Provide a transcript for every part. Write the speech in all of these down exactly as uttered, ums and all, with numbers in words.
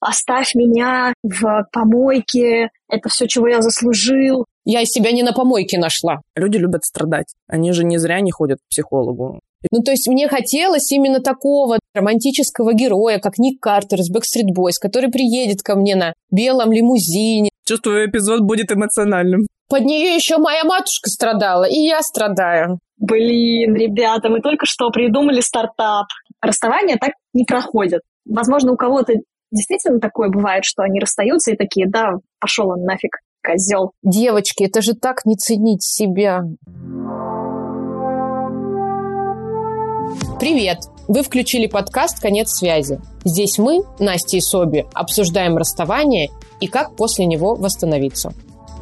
оставь меня в помойке, это все, чего я заслужил. Я себя не на помойке нашла. Люди любят страдать. Они же не зря не ходят к психологу. Ну, то есть мне хотелось именно такого романтического героя, как Ник Картер из Backstreet Boys, который приедет ко мне на белом лимузине. Чувствую, эпизод будет эмоциональным. Под нее еще моя матушка страдала, и я страдаю. Блин, ребята, мы только что придумали стартап. Расставания так не проходят. Возможно, у кого-то действительно такое бывает, что они расстаются и такие: да, пошел он нафиг, козел. Девочки, это же так не ценить себя. Привет! Вы включили подкаст «Конец связи». Здесь мы, Настя и Соби, обсуждаем расставание и как после него восстановиться.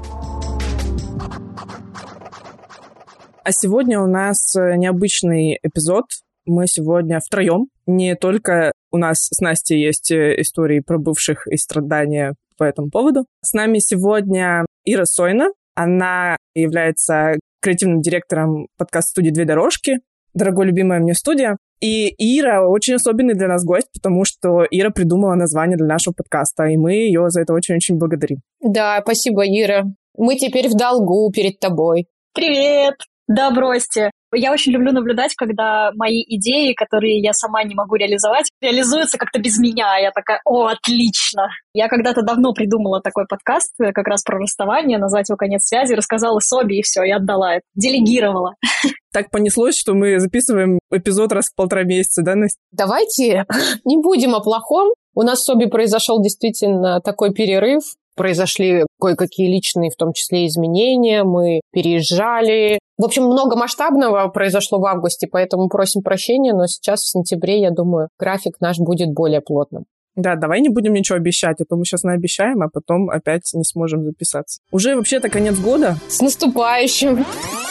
А сегодня у нас необычный эпизод. Мы сегодня втроем. Не только у нас с Настей есть истории про бывших и страдания по этому поводу. С нами сегодня Ира Сойна. Она является креативным директором подкаст-студии «Две дорожки». Дорогой, любимая мне студия. И Ира очень особенный для нас гость, потому что Ира придумала название для нашего подкаста, и мы ее за это очень-очень благодарим. Да, спасибо, Ира. Мы теперь в долгу перед тобой. Привет! Да, бросьте. Я очень люблю наблюдать, когда мои идеи, которые я сама не могу реализовать, реализуются как-то без меня. Я такая: о, отлично! Я когда-то давно придумала такой подкаст, как раз про расставание, назвать его «Конец связи», рассказала Соби, и все, я отдала это, делегировала. Так понеслось, что мы записываем эпизод раз в полтора месяца, да, Настя? Давайте не будем о плохом. У нас с Соби произошел действительно такой перерыв. Произошли кое-какие личные, в том числе, изменения. Мы переезжали. В общем, много масштабного произошло в августе, поэтому просим прощения, но сейчас, в сентябре, я думаю, график наш будет более плотным. Да, давай не будем ничего обещать, а то мы сейчас наобещаем, а потом опять не сможем записаться. Уже вообще-то конец года. С наступающим!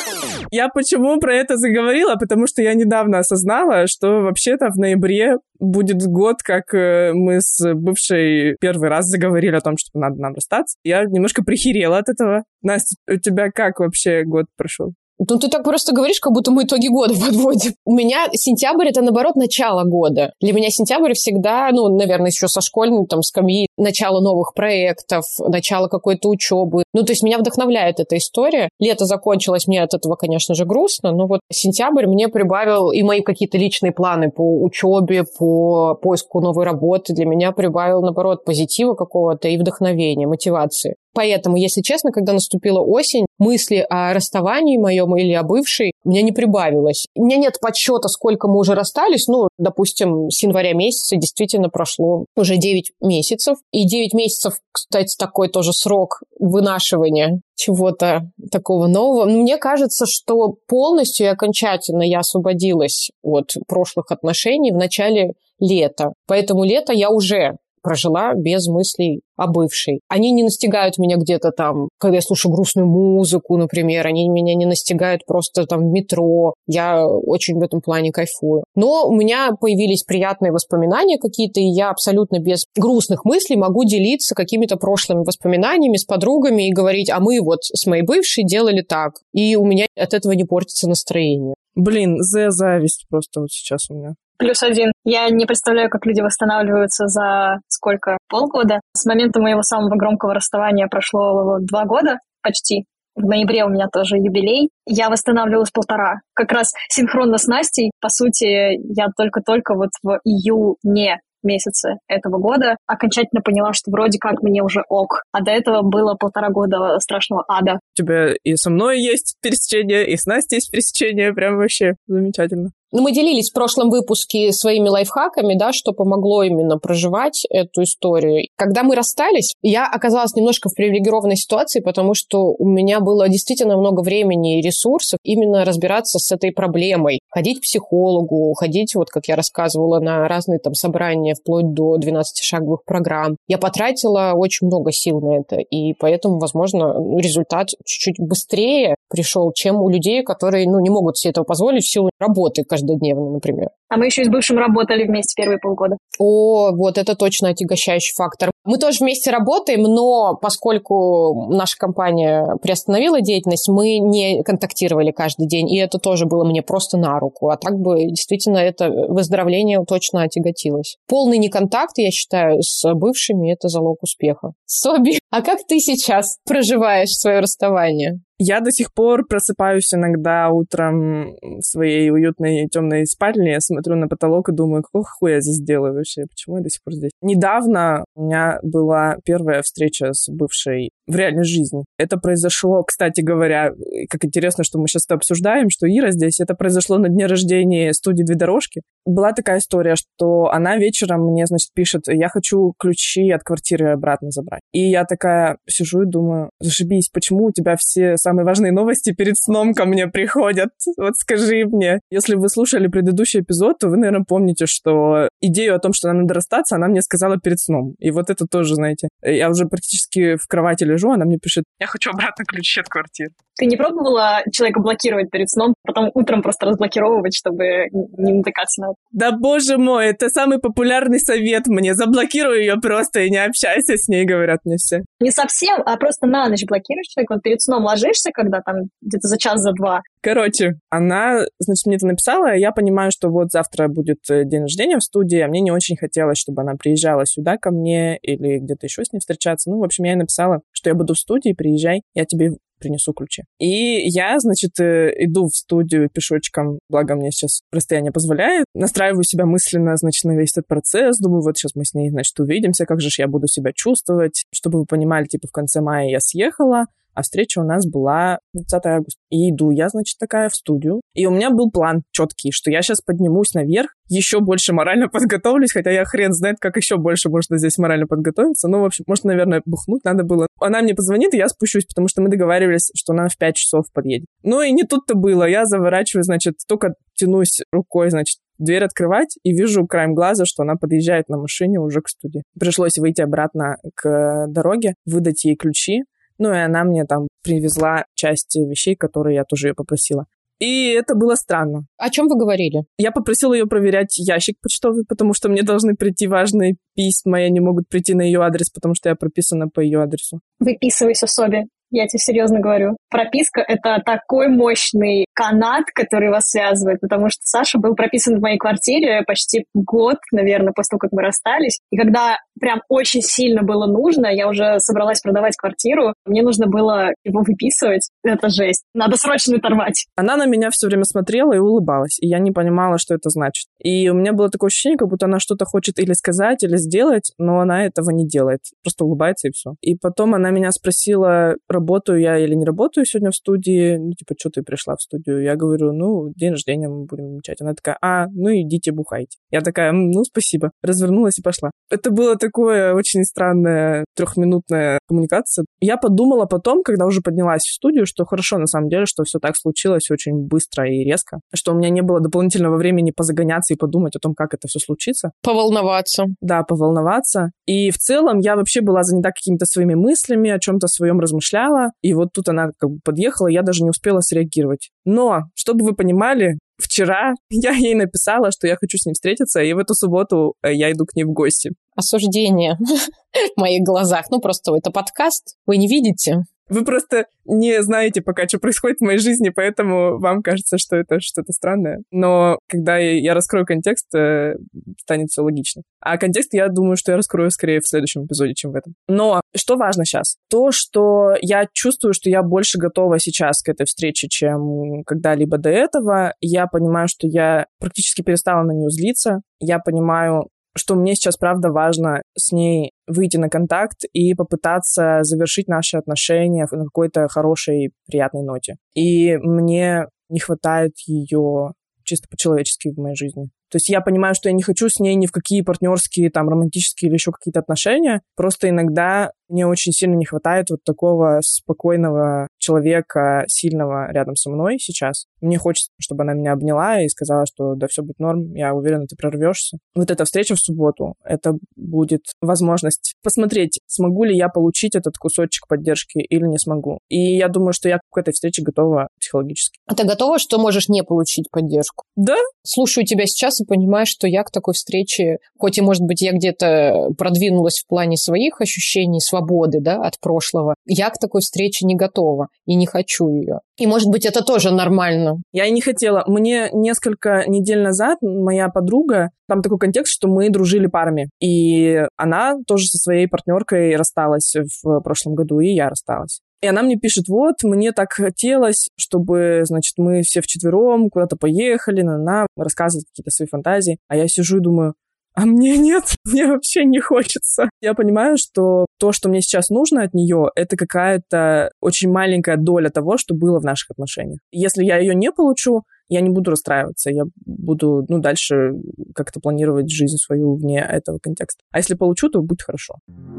Я почему про это заговорила? Потому что я недавно осознала, что вообще-то в ноябре будет год, как мы с бывшей первый раз заговорили о том, что надо нам расстаться. Я немножко прихерела от этого. Настя, у тебя как вообще год прошел? Ну, ты так просто говоришь, как будто мы итоги года подводим. У меня сентябрь — это, наоборот, начало года. Для меня сентябрь всегда, ну, наверное, еще со школьной там скамьи, начало новых проектов, начало какой-то учебы. Ну, то есть меня вдохновляет эта история. Лето закончилось, мне от этого, конечно же, грустно, но вот сентябрь мне прибавил и мои какие-то личные планы по учебе, по поиску новой работы. Для меня прибавил, наоборот, позитива какого-то и вдохновения, мотивации. Поэтому, если честно, когда наступила осень, мысли о расставании моем или о бывшей у меня не прибавилось. У меня нет подсчета, сколько мы уже расстались. Ну, допустим, с января месяца действительно прошло уже девять месяцев. И девять месяцев, кстати, такой тоже срок вынашивания чего-то такого нового. Но мне кажется, что полностью и окончательно я освободилась от прошлых отношений в начале лета. Поэтому лето я уже прожила без мыслей о бывшей. Они не настигают меня где-то там, когда я слушаю грустную музыку, например. Они меня не настигают просто там в метро. Я очень в этом плане кайфую. Но у меня появились приятные воспоминания какие-то, и я абсолютно без грустных мыслей могу делиться какими-то прошлыми воспоминаниями с подругами и говорить: а мы вот с моей бывшей делали так. И у меня от этого не портится настроение. Блин, за зависть просто вот сейчас у меня. Плюс один. Я не представляю, как люди восстанавливаются за сколько? Полгода. С момента моего самого громкого расставания прошло два года почти. В ноябре у меня тоже юбилей. Я восстанавливалась полтора. Как раз синхронно с Настей. По сути, я только-только вот в июне месяце этого года окончательно поняла, что вроде как мне уже ок. А до этого было полтора года страшного ада. У тебя и со мной есть пересечение, и с Настей есть пересечение. Прям вообще замечательно. Ну, мы делились в прошлом выпуске своими лайфхаками, да, что помогло именно проживать эту историю. Когда мы расстались, я оказалась немножко в привилегированной ситуации, потому что у меня было действительно много времени и ресурсов именно разбираться с этой проблемой. Ходить к психологу, ходить, вот как я рассказывала, на разные там собрания, вплоть до двенадцатишаговых программ. Я потратила очень много сил на это, и поэтому, возможно, результат чуть-чуть быстрее пришел, чем у людей, которые, ну, не могут себе этого позволить в силу работы каждодневной, например. А мы еще и с бывшим работали вместе первые полгода. О, вот это точно отягощающий фактор. Мы тоже вместе работаем, но поскольку наша компания приостановила деятельность, мы не контактировали каждый день, и это тоже было мне просто на руку. А так бы действительно это выздоровление точно отяготилось. Полный неконтакт, я считаю, с бывшими – это залог успеха. Соби, а как ты сейчас проживаешь свое расставание? Я до сих пор просыпаюсь иногда утром в своей уютной темной спальне, смотрю на потолок и думаю, какого хуя я здесь делаю вообще, почему я до сих пор здесь? Недавно у меня была первая встреча с бывшей в реальной жизни. Это произошло, кстати говоря, как интересно, что мы сейчас это обсуждаем, что Ира здесь, это произошло на дне рождения студии «Две дорожки». Была такая история, что она вечером мне, значит, пишет, я хочу ключи от квартиры обратно забрать. И я такая сижу и думаю, зашибись, почему у тебя все самые важные новости перед сном ко мне приходят? Вот скажи мне. Если вы слушали предыдущий эпизод, то вы, наверное, помните, что идею о том, что нам надо расстаться, она мне сказала перед сном. И вот это тоже, знаете, я уже практически в кровати лежу, она мне пишет, я хочу обратно ключи от квартиры. Ты не пробовала человека блокировать перед сном, потом утром просто разблокировывать, чтобы не натыкаться на это? Да боже мой, это самый популярный совет мне. Заблокируй ее просто и не общайся с ней, говорят мне все. Не совсем, а просто на ночь блокируешь человека, вот перед сном ложишься, когда там где-то за час, за два. Короче, она, значит, мне это написала, и я понимаю, что вот завтра будет день рождения в студии, а мне не очень хотелось, чтобы она приезжала сюда ко мне или где-то еще с ней встречаться. Ну, в общем, я ей написала, что я буду в студии, приезжай, я тебе принесу ключи. И я, значит, иду в студию пешочком, благо мне сейчас расстояние позволяет, настраиваю себя мысленно, значит, на весь этот процесс, думаю, вот сейчас мы с ней, значит, увидимся, как же ж я буду себя чувствовать, чтобы вы понимали, типа, в конце мая я съехала, а встреча у нас была двадцатого августа. И иду я, значит, такая в студию. И у меня был план четкий, что я сейчас поднимусь наверх, еще больше морально подготовлюсь, хотя я хрен знает, как еще больше можно здесь морально подготовиться. Ну, в общем, может, наверное, бухнуть надо было. Она мне позвонит, и я спущусь, потому что мы договаривались, что она в пять часов подъедет. Ну, и не тут-то было. Я заворачиваю, значит, только тянусь рукой, значит, дверь открывать, и вижу краем глаза, что она подъезжает на машине уже к студии. Пришлось выйти обратно к дороге, выдать ей ключи. Ну, и она мне там привезла часть вещей, которые я тоже ее попросила. И это было странно. О чем вы говорили? Я попросила ее проверять ящик почтовый, потому что мне должны прийти важные письма, и они могут прийти на ее адрес, потому что я прописана по ее адресу. Выписывайся, Соби. Я тебе серьезно говорю. Прописка — это такой мощный канат, который вас связывает, потому что Саша был прописан в моей квартире почти год, наверное, после того, как мы расстались. И когда прям очень сильно было нужно, я уже собралась продавать квартиру, мне нужно было его выписывать. Это жесть. Надо срочно оторвать. Она на меня все время смотрела и улыбалась, и я не понимала, что это значит. И у меня было такое ощущение, как будто она что-то хочет или сказать, или сделать, но она этого не делает. Просто улыбается и все. И потом она меня спросила, работаю я или не работаю сегодня в студии. Ну, типа, что ты пришла в студию? Я говорю, ну, день рождения мы будем отмечать. Она такая, а, ну, идите бухайте. Я такая, ну, спасибо. Развернулась и пошла. Это было такое очень странная трехминутная коммуникация. Я подумала потом, когда уже поднялась в студию, что хорошо, на самом деле, что все так случилось очень быстро и резко, что у меня не было дополнительного времени позагоняться и подумать о том, как это все случится. Поволноваться. Да, поволноваться. И в целом я вообще была занята какими-то своими мыслями, о чем-то своем размышляла. И вот тут она как бы подъехала, я даже не успела среагировать. Но, чтобы вы понимали, вчера я ей написала, что я хочу с ней встретиться, и в эту субботу я иду к ней в гости. Осуждение в моих глазах. Ну, просто это подкаст, вы не видите. Вы просто не знаете пока, что происходит в моей жизни, поэтому вам кажется, что это что-то странное. Но когда я раскрою контекст, станет все логично. А контекст, я думаю, что я раскрою скорее в следующем эпизоде, чем в этом. Но что важно сейчас? То, что я чувствую, что я больше готова сейчас к этой встрече, чем когда-либо до этого. Я понимаю, что я практически перестала на нее злиться. Я понимаю, что мне сейчас, правда, важно с ней выйти на контакт и попытаться завершить наши отношения на какой-то хорошей, приятной ноте. И мне не хватает ее чисто по-человечески в моей жизни. То есть я понимаю, что я не хочу с ней ни в какие партнерские, там, романтические или еще какие-то отношения. Просто иногда Мне очень сильно не хватает вот такого спокойного человека, сильного рядом со мной сейчас. Мне хочется, чтобы она меня обняла и сказала, что да, все будет норм, я уверена, ты прорвешься. Вот эта встреча в субботу, это будет возможность посмотреть, смогу ли я получить этот кусочек поддержки или не смогу. И я думаю, что я к этой встрече готова психологически. А ты готова, что можешь не получить поддержку? Да. Слушаю тебя сейчас и понимаю, что я к такой встрече, хоть и, может быть, я где-то продвинулась в плане своих ощущений свободы, да, от прошлого, я к такой встрече не готова и не хочу ее. И, может быть, это тоже нормально. Я и не хотела. Мне несколько недель назад моя подруга, там такой контекст, что мы дружили парами. И она тоже со своей партнеркой рассталась в прошлом году, и я рассталась. И она мне пишет, вот, мне так хотелось, чтобы, значит, мы все вчетвером куда-то поехали, на-на, рассказывать какие-то свои фантазии. А я сижу и думаю, а мне нет, мне вообще не хочется. Я понимаю, что то, что мне сейчас нужно от нее, это какая-то очень маленькая доля того, что было в наших отношениях. Если я ее не получу, я не буду расстраиваться, я буду, ну, дальше как-то планировать жизнь свою вне этого контекста. А если получу, то будет хорошо.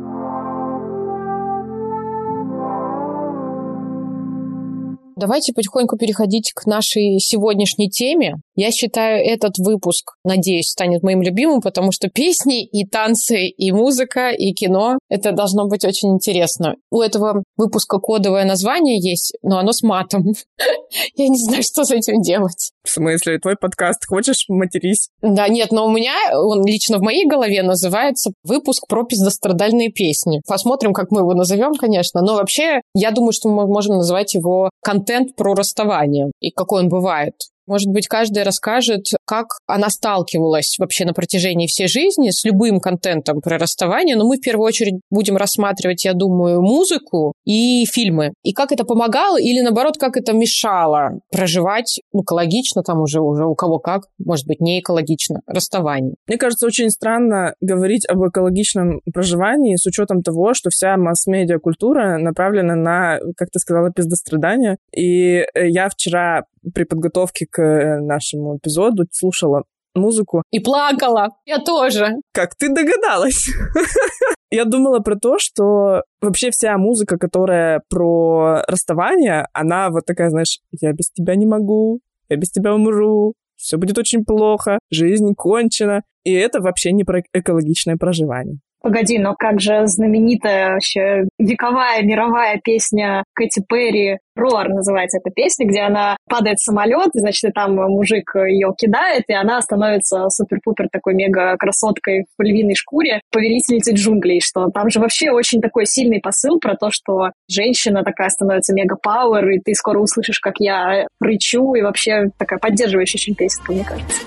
Давайте потихоньку переходить к нашей сегодняшней теме. Я считаю, этот выпуск, надеюсь, станет моим любимым, потому что песни и танцы, и музыка, и кино — это должно быть очень интересно. У этого выпуска кодовое название есть, но оно с матом. Я не знаю, что с этим делать. В смысле? Твой подкаст? Хочешь, матерись? Да, нет, но у меня, он лично в моей голове называется выпуск про пиздострадальные песни. Посмотрим, как мы его назовем, конечно. Но вообще, я думаю, что мы можем назвать его контент про расставание и какой он бывает. Может быть, каждая расскажет, как она сталкивалась вообще на протяжении всей жизни с любым контентом про расставание. Но мы в первую очередь будем рассматривать, я думаю, музыку и фильмы. И как это помогало или, наоборот, как это мешало проживать экологично, там уже, уже у кого как, может быть, не экологично, расставание. Мне кажется, очень странно говорить об экологичном проживании с учетом того, что вся масс-медиа-культура направлена на, как ты сказала, пиздострадание. И я вчера при подготовке к нашему эпизоду слушала музыку. И плакала. Я тоже. Как ты догадалась? Я думала про то, что вообще вся музыка, которая про расставание, она вот такая, знаешь, я без тебя не могу, я без тебя умру, все будет очень плохо, жизнь кончена. И это вообще не про экологичное проживание. Погоди, но как же знаменитая вообще вековая мировая песня Кэти Перри «Roar» называется эта песня, где она падает в самолет, и, значит, и там мужик ее кидает, и она становится супер-пупер такой мега-красоткой в львиной шкуре, повелительницей джунглей, что там же вообще очень такой сильный посыл про то, что женщина такая становится мега-пауэр, и ты скоро услышишь, как я рычу, и вообще такая поддерживающая очень песенка, мне кажется.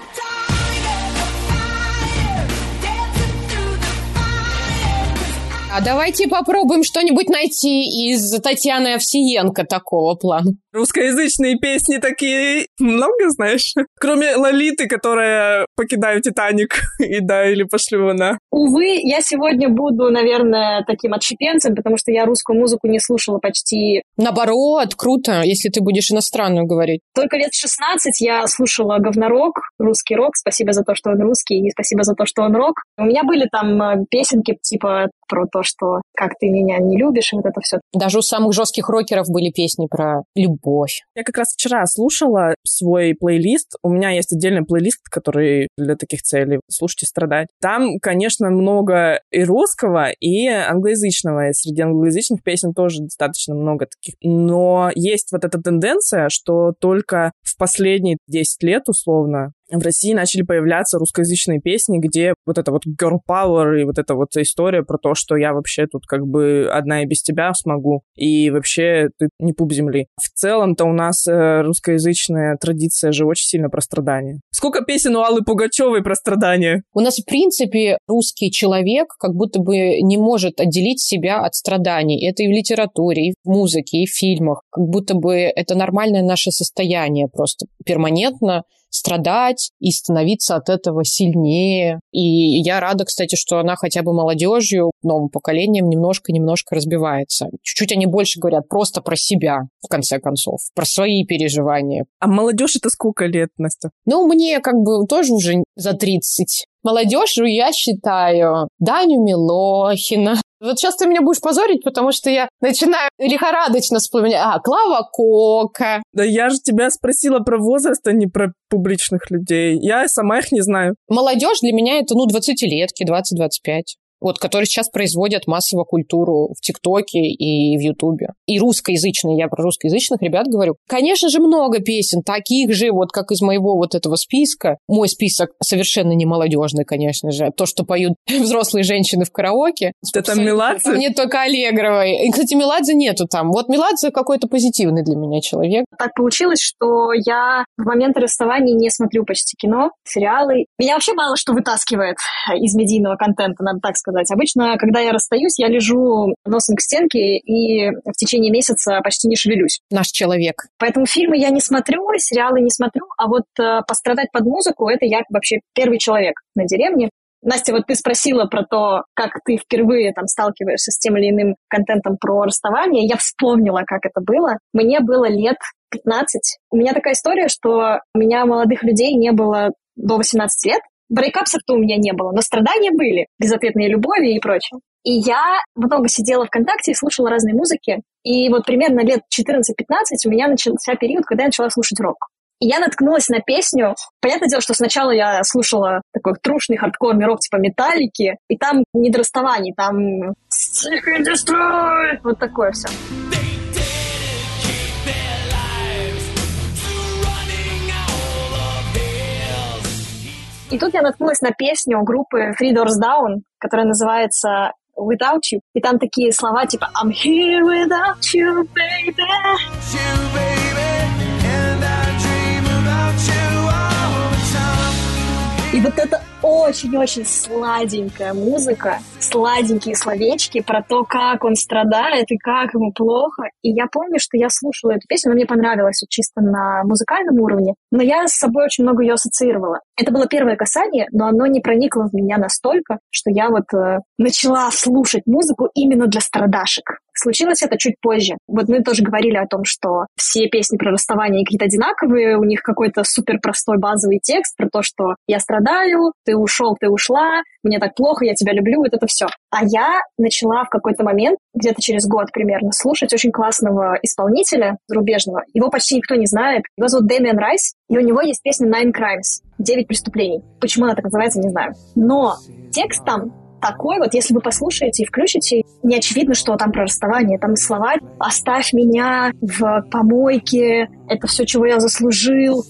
А давайте попробуем что-нибудь найти из Татьяны Овсиенко такого плана. Русскоязычные песни такие много, знаешь? Кроме Лолиты, которая «Покидаю Титаник» и «Да, или пошлю на». Увы, я сегодня буду, наверное, таким отщепенцем, потому что я русскую музыку не слушала почти... Наоборот, круто, если ты будешь иностранную говорить. Только лет шестнадцать я слушала говнорок, русский рок. Спасибо за то, что он русский, и спасибо за то, что он рок. У меня были там песенки типа про то, что «как ты меня не любишь», и вот это все. Даже у самых жестких рокеров были песни про любовь. Я как раз вчера слушала свой плейлист. У меня есть отдельный плейлист, который для таких целей «Слушать и страдать». Там, конечно, много и русского, и англоязычного. И среди англоязычных песен тоже достаточно много таких. Но есть вот эта тенденция, что только в последние десять лет, условно, в России начали появляться русскоязычные песни, где вот это вот girl power и вот эта вот история про то, что я вообще тут как бы одна и без тебя смогу, и вообще ты не пуп земли. В целом-то у нас э, русскоязычная традиция же очень сильно про страдания. Сколько песен у Аллы Пугачевой про страдания? У нас, в принципе, русский человек как будто бы не может отделить себя от страданий. Это и в литературе, и в музыке, и в фильмах. Как будто бы это нормальное наше состояние просто перманентно страдать и становиться от этого сильнее. И я рада, кстати, что она хотя бы молодежью, новым поколением немножко-немножко разбивается. Чуть-чуть они больше говорят просто про себя, в конце концов, про свои переживания. А молодежь это сколько лет, Настя? Ну, мне как бы тоже уже за тридцать. Молодежью я считаю Даню Милохина, Вот сейчас ты меня будешь позорить, потому что я начинаю лихорадочно вспоминать. А, Клава Кока. Да я же тебя спросила про возраст, а не про публичных людей. Я сама их не знаю. Молодежь для меня это, ну, двадцатилетки, двадцать-двадцать пять. Вот, которые сейчас производят массово культуру в ТикТоке и в Ютубе. И русскоязычные, я про русскоязычных ребят говорю. Конечно же, много песен, таких же, вот как из моего вот этого списка. Мой список совершенно не молодежный, конечно же. То, что поют взрослые женщины в караоке. Это там Меладзе? Нет только Аллегровой. И, кстати, Меладзе нету там. Вот Меладзе какой-то позитивный для меня человек. Так получилось, что я в момент расставания не смотрю почти кино, сериалы. Меня вообще мало что вытаскивает из медийного контента, надо так сказать. Обычно, когда я расстаюсь, я лежу носом к стенке и в течение месяца почти не шевелюсь. Наш человек. Поэтому фильмы я не смотрю, сериалы не смотрю, а вот э, пострадать под музыку — это я вообще первый человек на деревне. Настя, вот ты спросила про то, как ты впервые там сталкиваешься с тем или иным контентом про расставание. Я вспомнила, как это было. Мне было лет пятнадцать. У меня такая история, что у меня молодых людей не было до восемнадцати лет. Брейкапсов-то у меня не было, но страдания были, безответные любови и прочее. И я много сидела ВКонтакте и слушала разные музыки. И вот примерно лет четырнадцать-пятнадцать у меня начался период, когда я начала слушать рок. И я наткнулась на песню. Понятное дело, что сначала я слушала такой трушный хардкорный рок типа Металлики, и там не до расставаний, там Seek and Destroy, вот такое все. И тут я наткнулась на песню группы Three Doors Down, которая называется Without You. И там такие слова типа I'm here without you, baby. You, baby, and I dream about you all the time. И вот это очень-очень сладенькая музыка, сладенькие словечки про то, как он страдает и как ему плохо. И я помню, что я слушала эту песню, она мне понравилась вот чисто на музыкальном уровне, но я с собой очень много ее ассоциировала. Это было первое касание, но оно не проникло в меня настолько, что я вот э, начала слушать музыку именно для страдашек. Случилось это чуть позже. Вот мы тоже говорили о том, что все песни про расставание какие-то одинаковые, у них какой-то супер простой базовый текст про то, что я страдаю, ты ушел, ты ушла, мне так плохо, я тебя люблю, вот это все. А я начала в какой-то момент, где-то через год примерно, слушать очень классного исполнителя зарубежного. Его почти никто не знает. Его зовут Дэмиан Райс, и у него есть песня Nine Crimes, девять преступлений. Почему она так называется, не знаю. Но текст там такой вот, если вы послушаете и включите, не очевидно, что там про расставание. Там слова «оставь меня в помойке», «это все, чего я заслужил».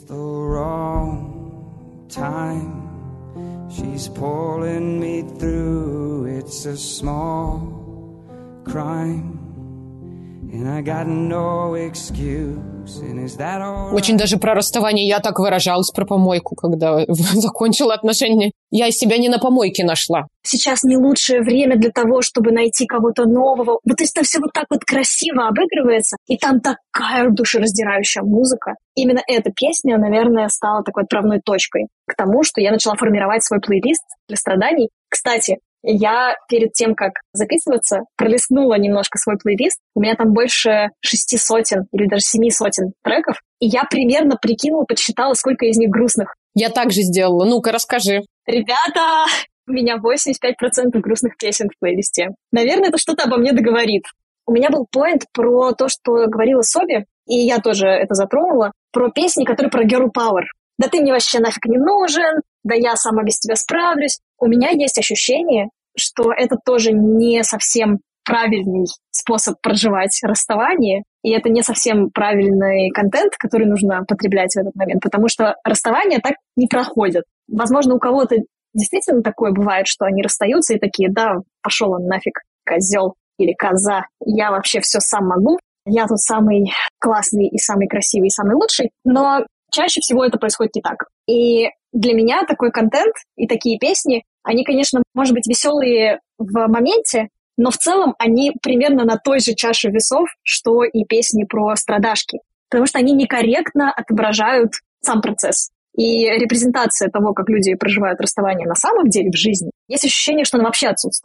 She's pulling me through, it's a small crime, and I got no excuse, and is that all? Очень даже про расставание я так выражалась про помойку, когда закончила отношения. Я себя не на помойке нашла. Сейчас не лучшее время для того, чтобы найти кого-то нового. Вот это все вот так вот красиво обыгрывается, и там такая душераздирающая музыка. Именно эта песня, наверное, стала такой отправной точкой к тому, что я начала формировать свой плейлист для страданий. Кстати, я перед тем, как записываться, пролистнула немножко свой плейлист. У меня там больше шести сотен или даже семи сотен треков. И я примерно прикинула, подсчитала, сколько из них грустных. Я так же сделала. Ну-ка, расскажи. Ребята, у меня восемьдесят пять процентов грустных песен в плейлисте. Наверное, это что-то обо мне договорит. У меня был поинт про то, что говорила Соби, и я тоже это затронула, про песни, которые про girl power. Да ты мне вообще нафиг не нужен, да я сама без тебя справлюсь. У меня есть ощущение, что это тоже не совсем правильный способ проживать расставание, и это не совсем правильный контент, который нужно потреблять в этот момент, потому что расставания так не проходят. Возможно, у кого-то действительно такое бывает, что они расстаются и такие: да, пошел он нафиг, козел или коза, я вообще все сам могу, я тут самый классный и самый красивый и самый лучший, но чаще всего это происходит не так. И для меня такой контент и такие песни, они, конечно, может быть, веселые в моменте, но в целом они примерно на той же чаше весов, что и песни про страдашки. Потому что они некорректно отображают сам процесс. И репрезентация того, как люди проживают расставание на самом деле в жизни, есть ощущение, что она вообще отсутствует.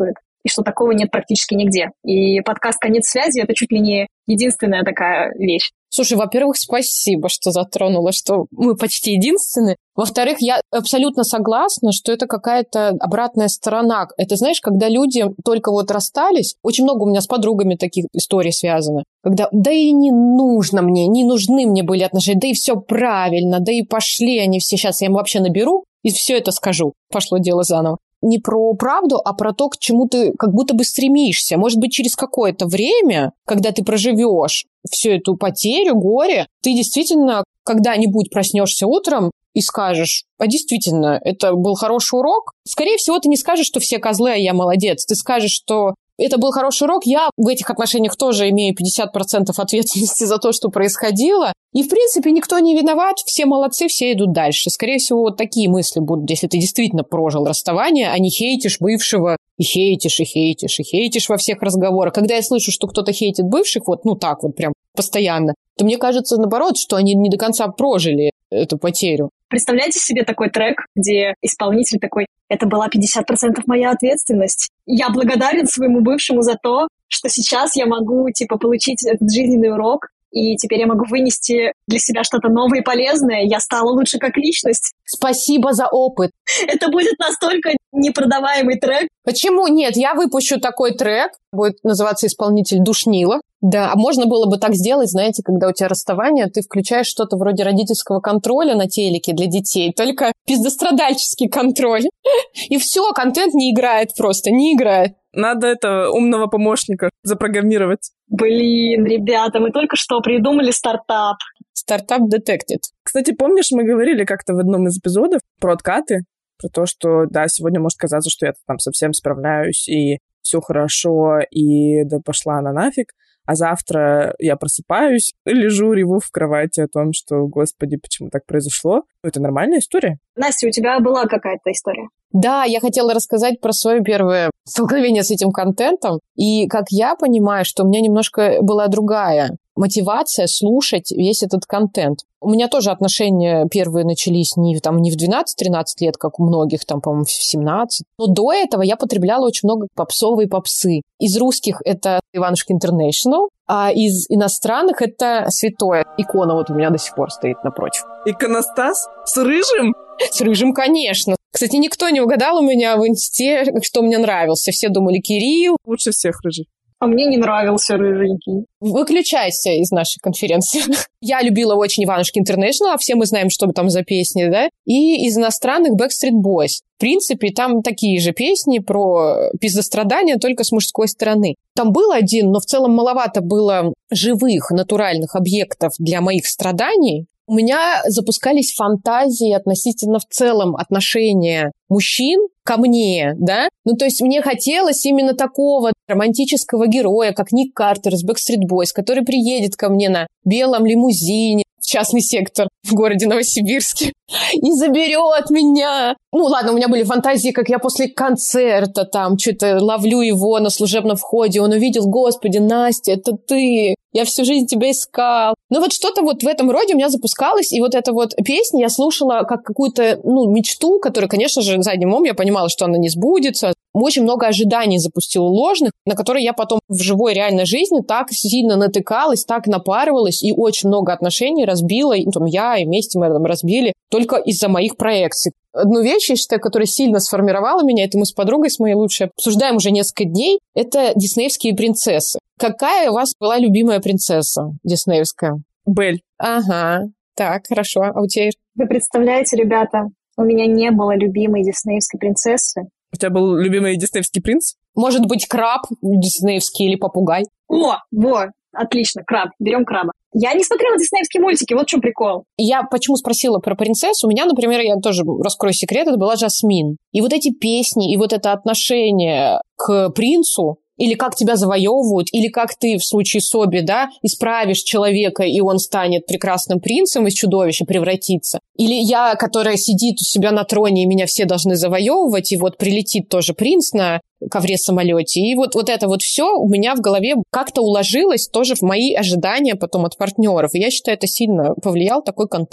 и что такого нет практически нигде. И подкаст «Конец связи» — это чуть ли не единственная такая вещь. Слушай, во-первых, спасибо, что затронула, что мы почти единственные. Во-вторых, я абсолютно согласна, что это какая-то обратная сторона. Это, знаешь, когда люди только вот расстались, очень много у меня с подругами таких историй связано, когда да и не нужно мне, не нужны мне были отношения, да и все правильно, да и пошли они все, сейчас я им вообще наберу и все это скажу. Пошло дело заново. Не про правду, а про то, к чему ты как будто бы стремишься. Может быть, через какое-то время, когда ты проживешь всю эту потерю, горе, ты действительно когда-нибудь проснешься утром и скажешь, а действительно, это был хороший урок. Скорее всего, ты не скажешь, что все козлы, а я молодец. Ты скажешь, что это был хороший урок. Я в этих отношениях тоже имею пятьдесят процентов ответственности за то, что происходило. И, в принципе, никто не виноват, все молодцы, все идут дальше. Скорее всего, вот такие мысли будут, если ты действительно прожил расставание, а не хейтишь бывшего, и хейтишь, и хейтишь, и хейтишь во всех разговорах. Когда я слышу, что кто-то хейтит бывших, вот, ну так вот прям постоянно, то мне кажется, наоборот, что они не до конца прожили эту потерю. Представляете себе такой трек, где исполнитель такой: это была пятьдесят процентов моя ответственность. Я благодарен своему бывшему за то, что сейчас я могу, типа, получить этот жизненный урок, и теперь я могу вынести для себя что-то новое и полезное. Я стала лучше как личность. Спасибо за опыт. Это будет настолько непродаваемый трек. Почему нет? Я выпущу такой трек. Будет называться исполнитель «Душнила». Да, а можно было бы так сделать, знаете, когда у тебя расставание, ты включаешь что-то вроде родительского контроля на телеке для детей, только пиздострадальческий контроль. И все, контент не играет просто, не играет. Надо это умного помощника запрограммировать. Блин, ребята, мы только что придумали стартап. Стартап Detected. Кстати, помнишь, мы говорили как-то в одном из эпизодов про откаты, про то, что, да, сегодня может казаться, что я там совсем справляюсь, и все хорошо, и да пошла она нафиг. А завтра я просыпаюсь, лежу, реву в кровати о том, что, господи, почему так произошло. Это нормальная история. Настя, у тебя была какая-то история? Да, я хотела рассказать про свое первое столкновение с этим контентом. И как я понимаю, что у меня немножко была другая мотивация слушать весь этот контент. У меня тоже отношения первые начались не, там, не в двенадцать-тринадцать лет, как у многих, там, по-моему, в семнадцать. Но до этого я потребляла очень много попсовой попсы. Из русских это Иванушки Интернешнл, а из иностранных это Святое. Икона вот у меня до сих пор стоит напротив. Иконостас? С рыжим? С рыжим, конечно. Кстати, никто не угадал у меня в инсте, что мне нравился. Все думали Кирилл. Лучше всех рыжий. А мне не нравился рыженький. Выключайся из нашей конференции. Я любила очень Иванушки Интернешнл, а все мы знаем, что там за песни, да? И из иностранных Backstreet Boys. В принципе, там такие же песни про пиздострадания, только с мужской стороны. Там был один, но в целом маловато было живых, натуральных объектов для моих страданий. У меня запускались фантазии относительно в целом отношения мужчин ко мне, да? Ну, то есть мне хотелось именно такого романтического героя, как Ник Картер из Backstreet Boys, который приедет ко мне на белом лимузине в частный сектор в городе Новосибирске и заберет меня. Ну, ладно, у меня были фантазии, как я после концерта там что-то ловлю его на служебном входе, он увидел: господи, Настя, это ты, я всю жизнь тебя искал. Ну, вот что-то вот в этом роде у меня запускалось, и вот эта вот песня я слушала как какую-то, ну, мечту, которая, конечно же, задним умом я понимала, что она не сбудется. Очень много ожиданий запустила ложных, на которые я потом в живой реальной жизни так сильно натыкалась, так напарывалась, и очень много отношений разбила, и, там, я и вместе мы там разбили только из-за моих проекций. Одну вещь, я считаю, которая сильно сформировала меня, это мы с подругой, с моей лучшей, обсуждаем уже несколько дней, это диснеевские принцессы. Какая у вас была любимая принцесса диснеевская? Бель. Ага, так, хорошо. А у тебя? Вы представляете, ребята, у меня не было любимой диснеевской принцессы. У тебя был любимый диснеевский принц? Может быть, краб диснеевский или попугай? О, во, отлично, краб, берем краба. Я не смотрела диснеевские мультики, вот в чем прикол. Я почему спросила про принцессу? У меня, например, я тоже раскрою секрет, это была Жасмин. И вот эти песни, и вот это отношение к принцу, или как тебя завоевывают, или как ты в случае Соби, да, исправишь человека, и он станет прекрасным принцем, из чудовища превратится. Или я, которая сидит у себя на троне, и меня все должны завоевывать, и вот прилетит тоже принц на ковре-самолете. И вот, вот это вот все у меня в голове как-то уложилось тоже в мои ожидания потом от партнеров. И я считаю, это сильно повлиял такой контент.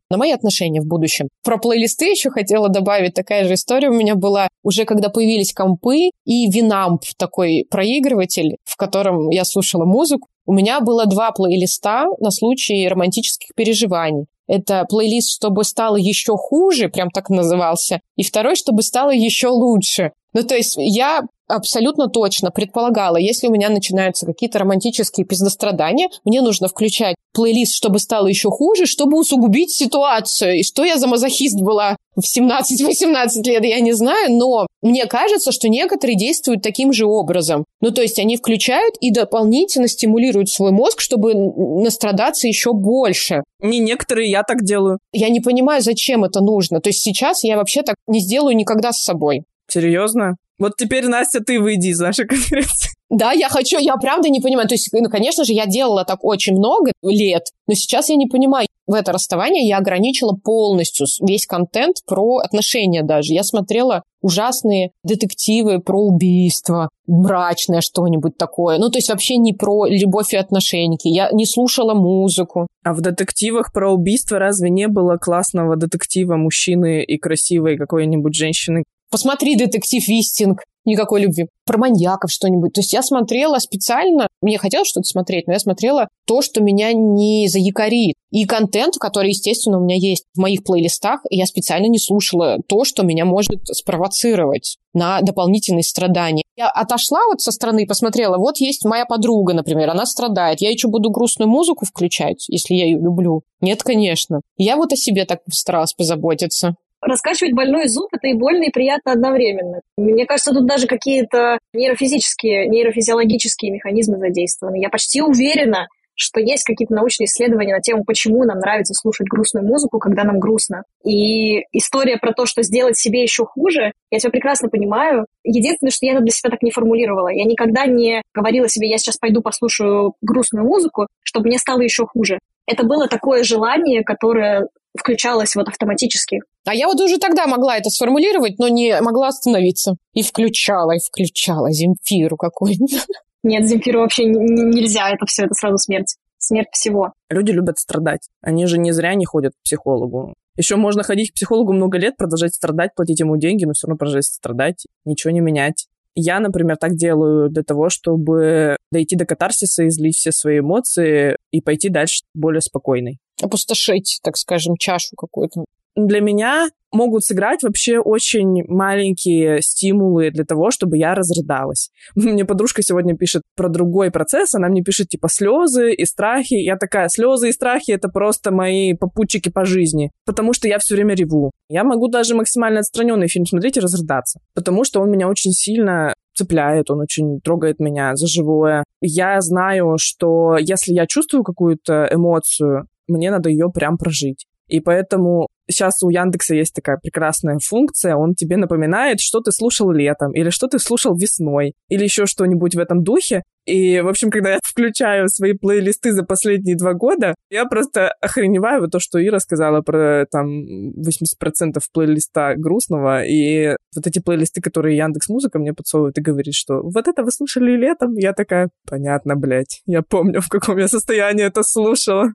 на мои отношения в будущем. Про плейлисты еще хотела добавить. Такая же история у меня была уже когда появились компы и Winamp, такой проигрыватель, в котором я слушала музыку. У меня было два плейлиста на случай романтических переживаний. Это плейлист «Чтобы стало еще хуже», прям так назывался, и второй «Чтобы стало еще лучше». Ну, то есть я абсолютно точно предполагала, если у меня начинаются какие-то романтические пиздострадания, мне нужно включать плейлист «Чтобы стало еще хуже», чтобы усугубить ситуацию. И что я за мазохист была в семнадцать-восемнадцать лет, я не знаю, но мне кажется, что некоторые действуют таким же образом. Ну, то есть они включают и дополнительно стимулируют свой мозг, чтобы настрадаться еще больше. Не некоторые, я так делаю. Я не понимаю, зачем это нужно. То есть сейчас я вообще так не сделаю никогда с собой. Серьезно? Вот теперь, Настя, ты выйди из нашей конференции. Да, я хочу, я правда не понимаю. То есть, ну, конечно же, я делала так очень много лет, но сейчас я не понимаю. В это расставание я ограничила полностью весь контент про отношения даже. Я смотрела ужасные детективы про убийство, мрачное что-нибудь такое. Ну, то есть вообще не про любовь и отношения. Я не слушала музыку. А в детективах про убийство разве не было классного детектива мужчины и красивой какой-нибудь женщины? Посмотри детектив «Вистинг». Никакой любви. Про маньяков что-нибудь. То есть я смотрела специально, мне хотелось что-то смотреть, но я смотрела то, что меня не заякорит. И контент, который, естественно, у меня есть в моих плейлистах, я специально не слушала то, что меня может спровоцировать на дополнительные страдания. Я отошла вот со стороны и посмотрела, вот есть моя подруга, например, она страдает. Я еще буду грустную музыку включать, если я ее люблю? Нет, конечно. Я вот о себе так старалась позаботиться. Раскачивать больной зуб — это и больно, и приятно одновременно. Мне кажется, тут даже какие-то нейрофизические, нейрофизиологические механизмы задействованы. Я почти уверена, что есть какие-то научные исследования на тему, почему нам нравится слушать грустную музыку, когда нам грустно. И история про то, что сделать себе еще хуже, я тебя прекрасно понимаю. Единственное, что я это для себя так не формулировала. Я никогда не говорила себе, я сейчас пойду послушаю грустную музыку, чтобы мне стало еще хуже. Это было такое желание, которое включалось вот автоматически. А я вот уже тогда могла это сформулировать, но не могла остановиться. И включала, и включала Земфиру какую-нибудь. Нет, Земфиру вообще н- н- нельзя, это все, это сразу смерть. Смерть всего. Люди любят страдать. Они же не зря не ходят к психологу. Еще можно ходить к психологу много лет, продолжать страдать, платить ему деньги, но все равно продолжать страдать, ничего не менять. Я, например, так делаю для того, чтобы дойти до катарсиса, излить все свои эмоции и пойти дальше более спокойной. Опустошить, так скажем, чашу какую-то. Для меня могут сыграть вообще очень маленькие стимулы для того, чтобы я разрыдалась. Мне подружка сегодня пишет про другой процесс, она мне пишет типа слезы и страхи. Я такая, слезы и страхи — это просто мои попутчики по жизни, потому что я все время реву. Я могу даже максимально отстраненный фильм смотреть и разрыдаться, потому что он меня очень сильно цепляет, он очень трогает меня за живое. Я знаю, что если я чувствую какую-то эмоцию, мне надо ее прям прожить. И поэтому сейчас у Яндекса есть такая прекрасная функция, он тебе напоминает, что ты слушал летом, или что ты слушал весной, или еще что-нибудь в этом духе. И, в общем, когда я включаю свои плейлисты за последние два года, я просто охреневаю вот то, что Ира сказала про там восемьдесят процентов плейлиста грустного, и вот эти плейлисты, которые Яндекс.Музыка мне подсовывает и говорит, что вот это вы слушали летом, я такая, понятно, блядь, я помню, в каком я состоянии это слушала.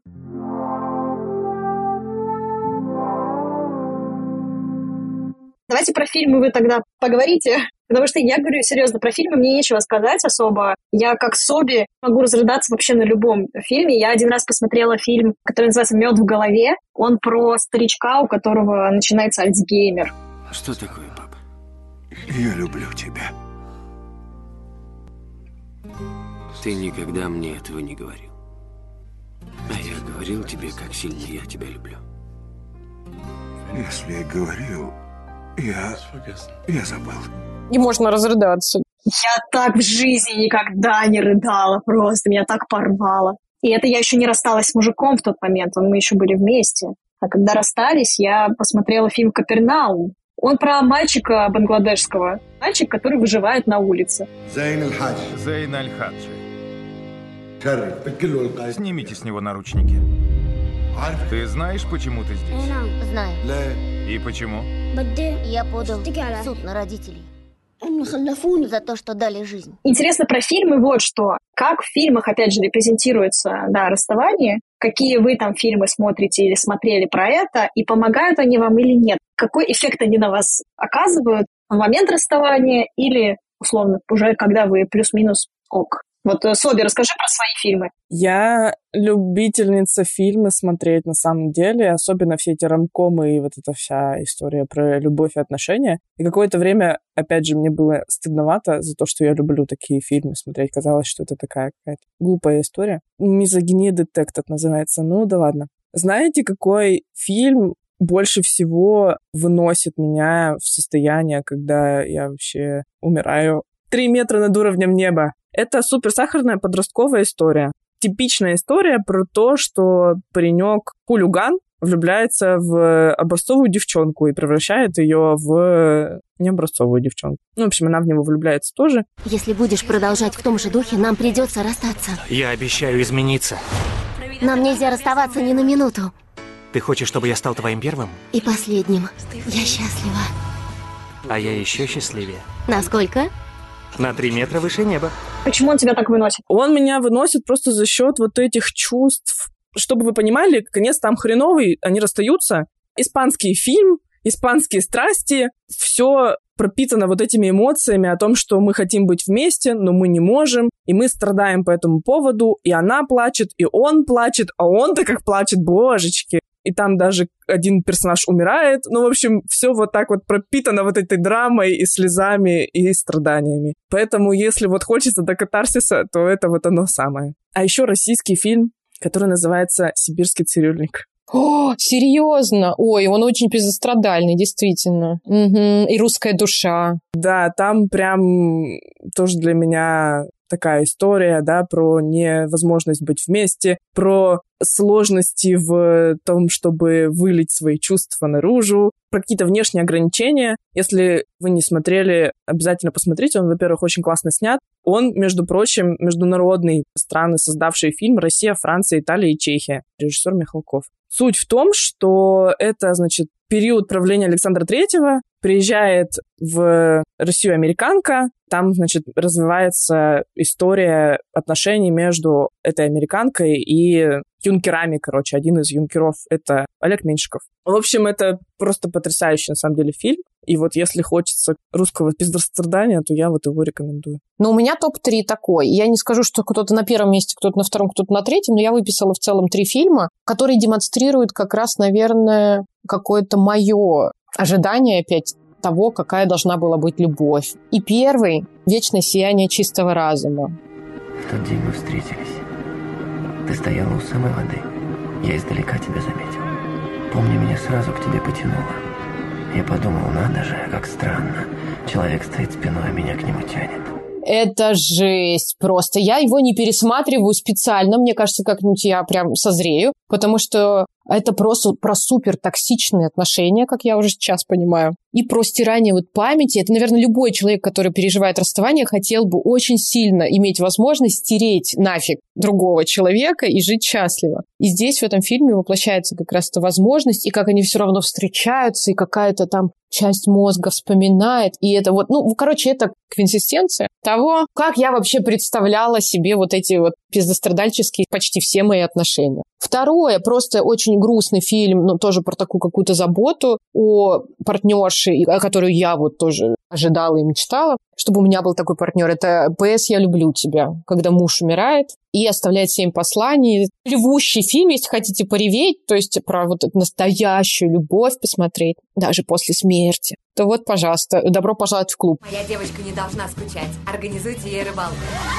Давайте про фильмы вы тогда поговорите, потому что я говорю серьезно, про фильмы мне нечего сказать особо. Я как Соби могу разрыдаться вообще на любом фильме. Я один раз посмотрела фильм, который называется «Мед в голове». Он про старичка, у которого начинается Альцгеймер. Что такое, папа? Я люблю тебя. Ты никогда мне этого не говорил. А я говорил тебе, как сильно я тебя люблю. Если я говорил... Я... я забыл. И можно разрыдаться. Я так в жизни никогда не рыдала, просто меня так порвало. И это я еще не рассталась с мужиком в тот момент, мы еще были вместе. А когда расстались, я посмотрела фильм «Капернаум». Он про мальчика бангладешского, мальчик, который выживает на улице. Зейн аль-Хаджи. Зейн аль-Хаджи. Снимите с него наручники. Ты знаешь, почему ты здесь? Знаю. И почему? Я подал в суд на родителей. За то, что дали жизнь. Интересно про фильмы вот что. Как в фильмах, опять же, репрезентируется, да, расставание, какие вы там фильмы смотрите или смотрели про это, и помогают они вам или нет? Какой эффект они на вас оказывают в момент расставания или, условно, уже когда вы плюс-минус ок? Вот, Соби, расскажи про свои фильмы. Я любительница фильмы смотреть на самом деле, особенно все эти ромкомы и вот эта вся история про любовь и отношения. И какое-то время, опять же, мне было стыдновато за то, что я люблю такие фильмы смотреть. Казалось, что это такая какая-то глупая история. «Мизогиния детектед» называется. Ну да ладно. Знаете, какой фильм больше всего выносит меня в состояние, когда я вообще умираю? «Три метра над уровнем неба». Это суперсахарная подростковая история. Типичная история про то, что паренек хулиган влюбляется в образцовую девчонку и превращает ее в необразцовую девчонку. Ну, в общем, она в него влюбляется тоже. Если будешь продолжать в том же духе, нам придется расстаться. Я обещаю измениться. Нам нельзя расставаться ни на минуту. Ты хочешь, чтобы я стал твоим первым? И последним. Я счастлива. А я еще счастливее. Насколько? На три метра выше неба. Почему он тебя так выносит? Он меня выносит просто за счет вот этих чувств. Чтобы вы понимали, конец там хреновый, они расстаются. Испанский фильм, испанские страсти, все пропитано вот этими эмоциями о том, что мы хотим быть вместе, но мы не можем, и мы страдаем по этому поводу, и она плачет, и он плачет, а он-то как плачет, божечки. И там даже один персонаж умирает. Ну, в общем, все вот так вот пропитано вот этой драмой и слезами, и страданиями. Поэтому, если вот хочется до катарсиса, то это вот оно самое. А еще российский фильм, который называется «Сибирский цирюльник». О, серьезно? Ой, он очень безострадальный, действительно. Угу. И «Русская душа». Да, там прям тоже для меня такая история, да, про невозможность быть вместе, про сложности в том, чтобы вылить свои чувства наружу, про какие-то внешние ограничения. Если вы не смотрели, обязательно посмотрите. Он, во-первых, очень классно снят. Он, между прочим, международный, страны, создавшие фильм: Россия, Франция, Италия и Чехия. Режиссер Михалков. Суть в том, что это, значит, период правления Александра Третьего. Приезжает в Россию американка. Там, значит, развивается история отношений между этой американкой и юнкерами, короче. Один из юнкеров — это Олег Меньшиков. В общем, это просто потрясающий, на самом деле, фильм. И вот если хочется русского безрастрадания, то я вот его рекомендую. Но у меня топ-три такой. Я не скажу, что кто-то на первом месте, кто-то на втором, кто-то на третьем, но я выписала в целом три фильма, которые демонстрируют как раз, наверное, какое-то мое ожидание опять того, какая должна была быть любовь. И первый — «Вечное сияние чистого разума». В тот день мы встретились. Ты стояла у самой воды. Я издалека тебя заметил. Помню, меня сразу к тебе потянуло. Я подумал, надо же, как странно. Человек стоит спиной, а меня к нему тянет. Это жесть просто. Я его не пересматриваю специально. Мне кажется, как-нибудь я прям созрею, потому что это просто про супертоксичные отношения, как я уже сейчас понимаю, и про стирание вот памяти. Это, наверное, любой человек, который переживает расставание, хотел бы очень сильно иметь возможность стереть нафиг другого человека и жить счастливо. И здесь в этом фильме воплощается как раз эта возможность, и как они все равно встречаются, и какая-то там часть мозга вспоминает. И это вот, ну, короче, это квинтэссенция того, как я вообще представляла себе вот эти вот пиздострадальческие почти все мои отношения. Второе, просто очень грустный фильм, но тоже про такую какую-то заботу о партнерше, о которой я вот тоже ожидала и мечтала, чтобы у меня был такой партнер. Это «Пэ эс. Я люблю тебя», когда муж умирает и оставляет семь посланий. Ревущий фильм, если хотите пореветь, то есть про вот эту настоящую любовь посмотреть, даже после смерти, то вот, пожалуйста, добро пожаловать в клуб. Моя девочка не должна скучать. Организуйте ей рыбалку.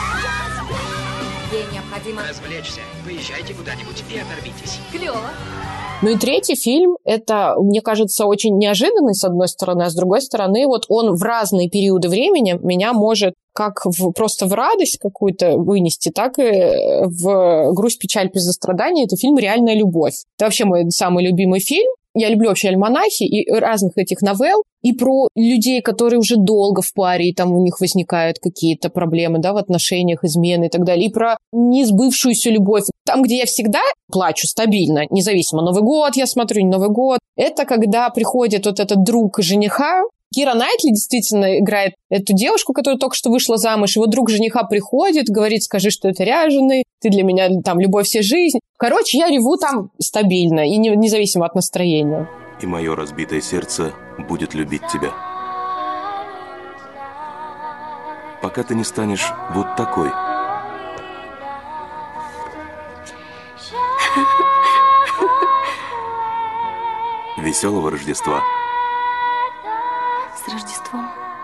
Ей необходимо развлечься. Поезжайте куда-нибудь и оторвитесь. Клево. Ну и третий фильм, это, мне кажется, очень неожиданный, с одной стороны, а с другой стороны, вот он в разные периоды времени меня может как в, просто в радость какую-то вынести, так и в грусть, печаль, пиздострадание. Это фильм «Реальная любовь». Это вообще мой самый любимый фильм. Я люблю вообще альманахи и разных этих новелл, и про людей, которые уже долго в паре, и там у них возникают какие-то проблемы, да, в отношениях, измены и так далее, и про несбывшуюся любовь. Там, где я всегда плачу стабильно, независимо, Новый год я смотрю, не Новый год, это когда приходит вот этот друг жениха, Кира Найтли действительно играет эту девушку, которая только что вышла замуж. Его друг жениха приходит, говорит, скажи, что это ряженый, ты для меня там любовь всей жизни. Короче, я реву там стабильно и не, независимо от настроения. И мое разбитое сердце будет любить тебя. Пока ты не станешь вот такой. Веселого Рождества. С Рождеством.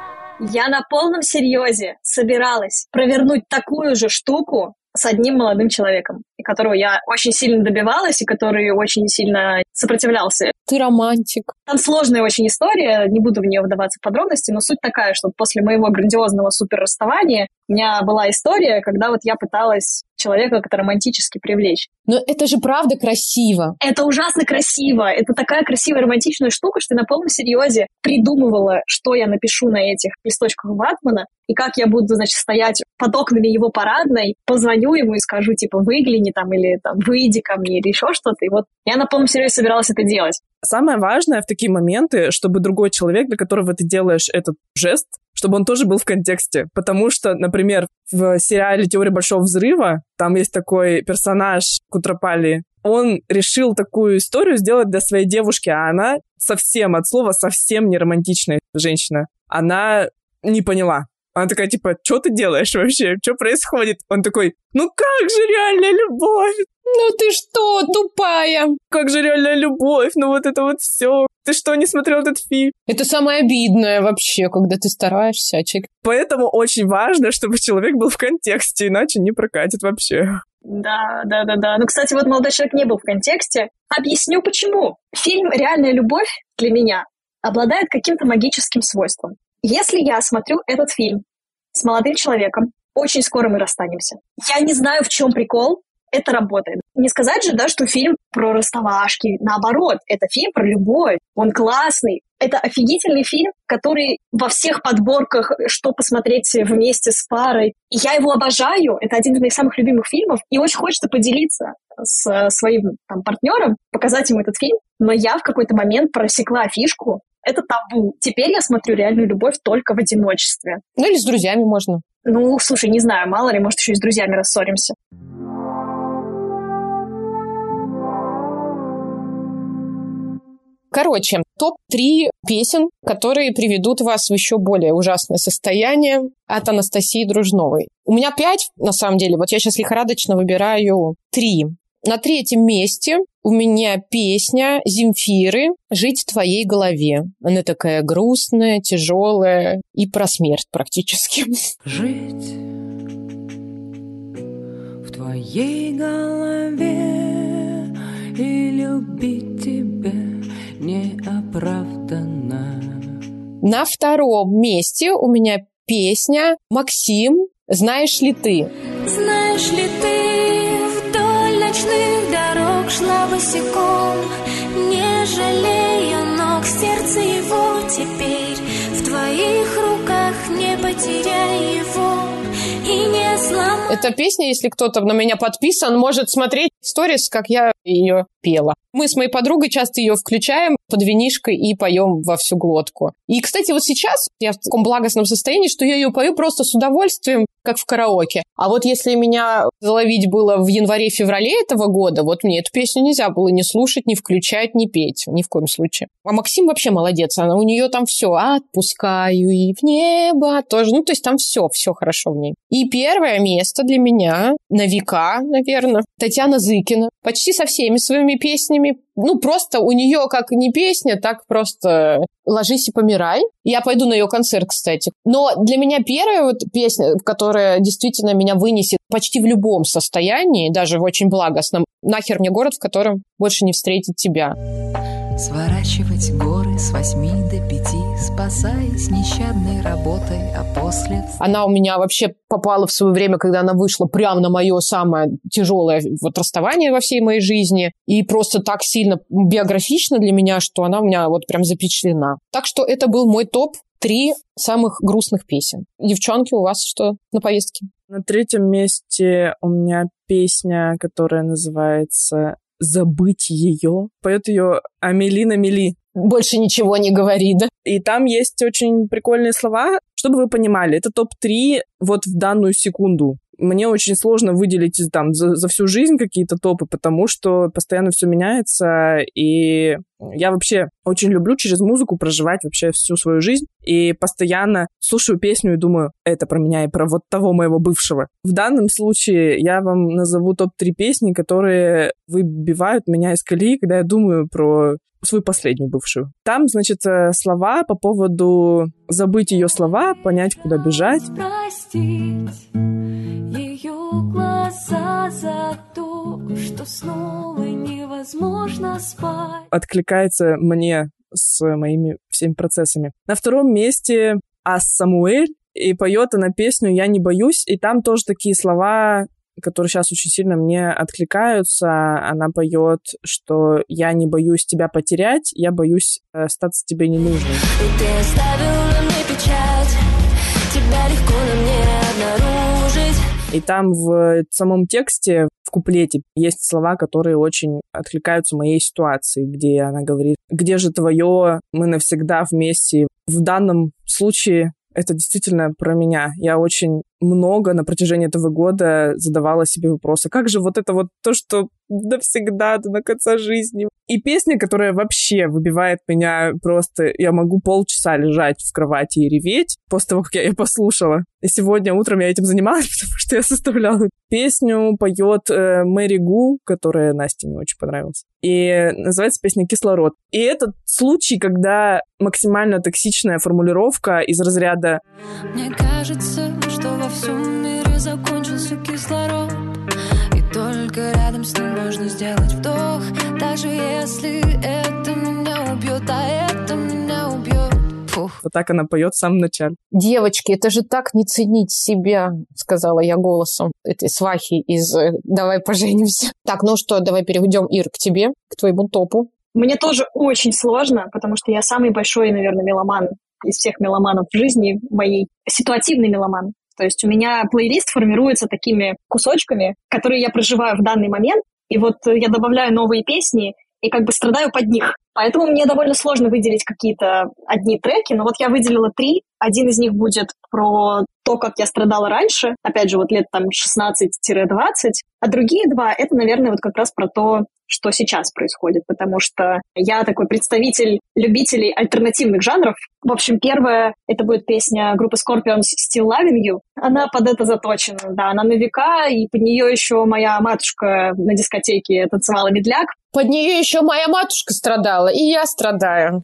Я на полном серьезе собиралась провернуть такую же штуку с одним молодым человеком, и которого я очень сильно добивалась, и который очень сильно сопротивлялся. Ты романтик. Там сложная очень история, не буду в нее вдаваться в подробности, но суть такая, что после моего грандиозного супер расставания у меня была история, когда вот я пыталась человека как-то романтически привлечь. Но это же правда красиво. Это ужасно красиво. Это такая красивая романтичная штука, что я на полном серьезе придумывала, что я напишу на этих листочках ватмана, и как я буду, значит, стоять под окнами его парадной, позвоню ему и скажу, типа, выгляни там, или там, выйди ко мне, или еще что-то. И вот я на полном серьезе собиралась это делать. Самое важное в такие моменты, чтобы другой человек, для которого ты делаешь этот жест, чтобы он тоже был в контексте. Потому что, например, в сериале «Теория большого взрыва» там есть такой персонаж Кутрапали. Он решил такую историю сделать для своей девушки, а она совсем, от слова совсем не романтичная женщина. Она не поняла. Она такая, типа, что ты делаешь вообще? Что происходит? Он такой, ну как же реальная любовь? Ну ты что, тупая? Как же реальная любовь? Ну вот это вот все. Ты что, не смотрел этот фильм? Это самое обидное вообще, когда ты стараешься, а человек... Поэтому очень важно, чтобы человек был в контексте, иначе не прокатит вообще. Да, да, да, да. Ну, кстати, вот молодой человек не был в контексте. Объясню, почему. Фильм «Реальная любовь» для меня обладает каким-то магическим свойством. Если я смотрю этот фильм с молодым человеком, очень скоро мы расстанемся. Я не знаю, в чем прикол, это работает. Не сказать же, да, что фильм про расставашки. Наоборот, это фильм про любовь. Он классный. Это офигительный фильм, который во всех подборках, что посмотреть вместе с парой. И я его обожаю. Это один из моих самых любимых фильмов. И очень хочется поделиться с своим там, партнером, показать ему этот фильм. Но я в какой-то момент просекла фишку. Это табу. Теперь я смотрю «Реальную любовь» только в одиночестве. Ну или с друзьями можно. Ну, слушай, не знаю, мало ли, может, еще и с друзьями рассоримся. Короче, топ три песен, которые приведут вас в еще более ужасное состояние, от Анастасии Дружновой. У меня пять, на самом деле. Вот я сейчас лихорадочно выбираю три. На третьем месте у меня песня Земфиры «Жить в твоей голове». Она такая грустная, тяжелая и про смерть практически. Жить в твоей голове и любить тебя неоправданно. На втором месте у меня песня «Максим, знаешь ли ты». Знаешь ли ты, вдоль ночных дорог шла босиком, не жалея ног, сердце его теперь в твоих руках, не потеряй его и не сломай. Эта песня, если кто-то на меня подписан, может смотреть сторис, как я ее пела. Мы с моей подругой часто ее включаем под винишкой и поем во всю глотку. И, кстати, вот сейчас я в таком благостном состоянии, что я ее пою просто с удовольствием, как в караоке. А вот если меня заловить было в январе-феврале этого года, вот мне эту песню нельзя было ни слушать, ни включать, ни петь. Ни в коем случае. А Максим вообще молодец. Она, у нее там все «Отпускаю и в небо» тоже. Ну, то есть там все, все хорошо в ней. И первое место для меня на века, наверное, Татьяна Зыкина. Почти со всеми своими песнями. Ну, просто у нее как не песня, так просто «Ложись и помирай». Я пойду на ее концерт, кстати. Но для меня первая вот песня, которая действительно меня вынесет почти в любом состоянии, даже в очень благостном, «Нахер мне город, в котором больше не встретит тебя». Сворачивать горы с восьми до пяти, спасаясь нещадной работой, а после... Она у меня вообще попала в свое время, когда она вышла прямо на мое самое тяжелое вот расставание во всей моей жизни. И просто так сильно биографично для меня, что она у меня вот прям запечатлена. Так что это был мой топ три самых грустных песен. Девчонки, у вас что на повестке? На третьем месте у меня песня, которая называется «Забыть ее». Поет ее Амелина Мели. больше ничего не говори, да? И там есть очень прикольные слова. Чтобы вы понимали, это топ три вот в данную секунду. Мне очень сложно выделить там за, за всю жизнь какие-то топы, потому что постоянно все меняется, и я вообще очень люблю через музыку проживать вообще всю свою жизнь, и постоянно слушаю песню и думаю, это про меня и про вот того моего бывшего. В данном случае я вам назову топ три песни, которые выбивают меня из колеи, когда я думаю про свою последнюю бывшую. Там, значит, слова по поводу забыть ее слова, понять, куда бежать. Простить ее глаза за то, что снова невозможно спать. Откликается мне с моими всеми процессами. На втором месте Ас Самуэль, и поет она песню «Я не боюсь», и там тоже такие слова, которые сейчас очень сильно мне откликаются. Она поет, что «Я не боюсь тебя потерять, я боюсь остаться тебе ненужной». И ты оставила мне печать, тебя легко на мне обнаружить. И там в самом тексте, в куплете, есть слова, которые очень откликаются моей ситуации, где она говорит: «Где же твое? Мы навсегда вместе». В данном случае это действительно про меня. Я очень много на протяжении этого года задавала себе вопросы. Как же вот это вот то, что навсегда, до конца жизни. И песня, которая вообще выбивает меня просто... Я могу полчаса лежать в кровати и реветь после того, как я ее послушала. И сегодня утром я этим занималась, потому что я составляла песню. Поет э, Мэри Гу, которая Насте не очень понравилась. И называется песня «Кислород». И этот случай, когда максимально токсичная формулировка из разряда «Мне кажется, что во всем мире закончился кислород, и только рядом с ним можно сделать вдох, даже если это меня убьет, а это меня убьет». Фух. Вот так она поет в самом начале. Девочки, это же так не ценить себя, сказала я голосом этой свахи из «Давай поженимся». Так, ну что, давай перейдем, Ир, к тебе, к твоему топу. Мне тоже очень сложно, потому что я самый большой, наверное, меломан из всех меломанов в жизни моей, ситуативный меломан. То есть у меня плейлист формируется такими кусочками, которые я проживаю в данный момент, и вот я добавляю новые песни и как бы страдаю под них. Поэтому мне довольно сложно выделить какие-то одни треки, но вот я выделила три. Один из них будет про то, как я страдала раньше, опять же, вот лет там шестнадцать-двадцать, а другие два — это, наверное, вот как раз про то, что сейчас происходит, потому что я такой представитель любителей альтернативных жанров. В общем, первая — это будет песня группы Scorpions «Still Loving You». Она под это заточена, да, она на века, и под нее еще моя матушка на дискотеке танцевала медляк. Под нее еще моя матушка страдала, и я страдаю.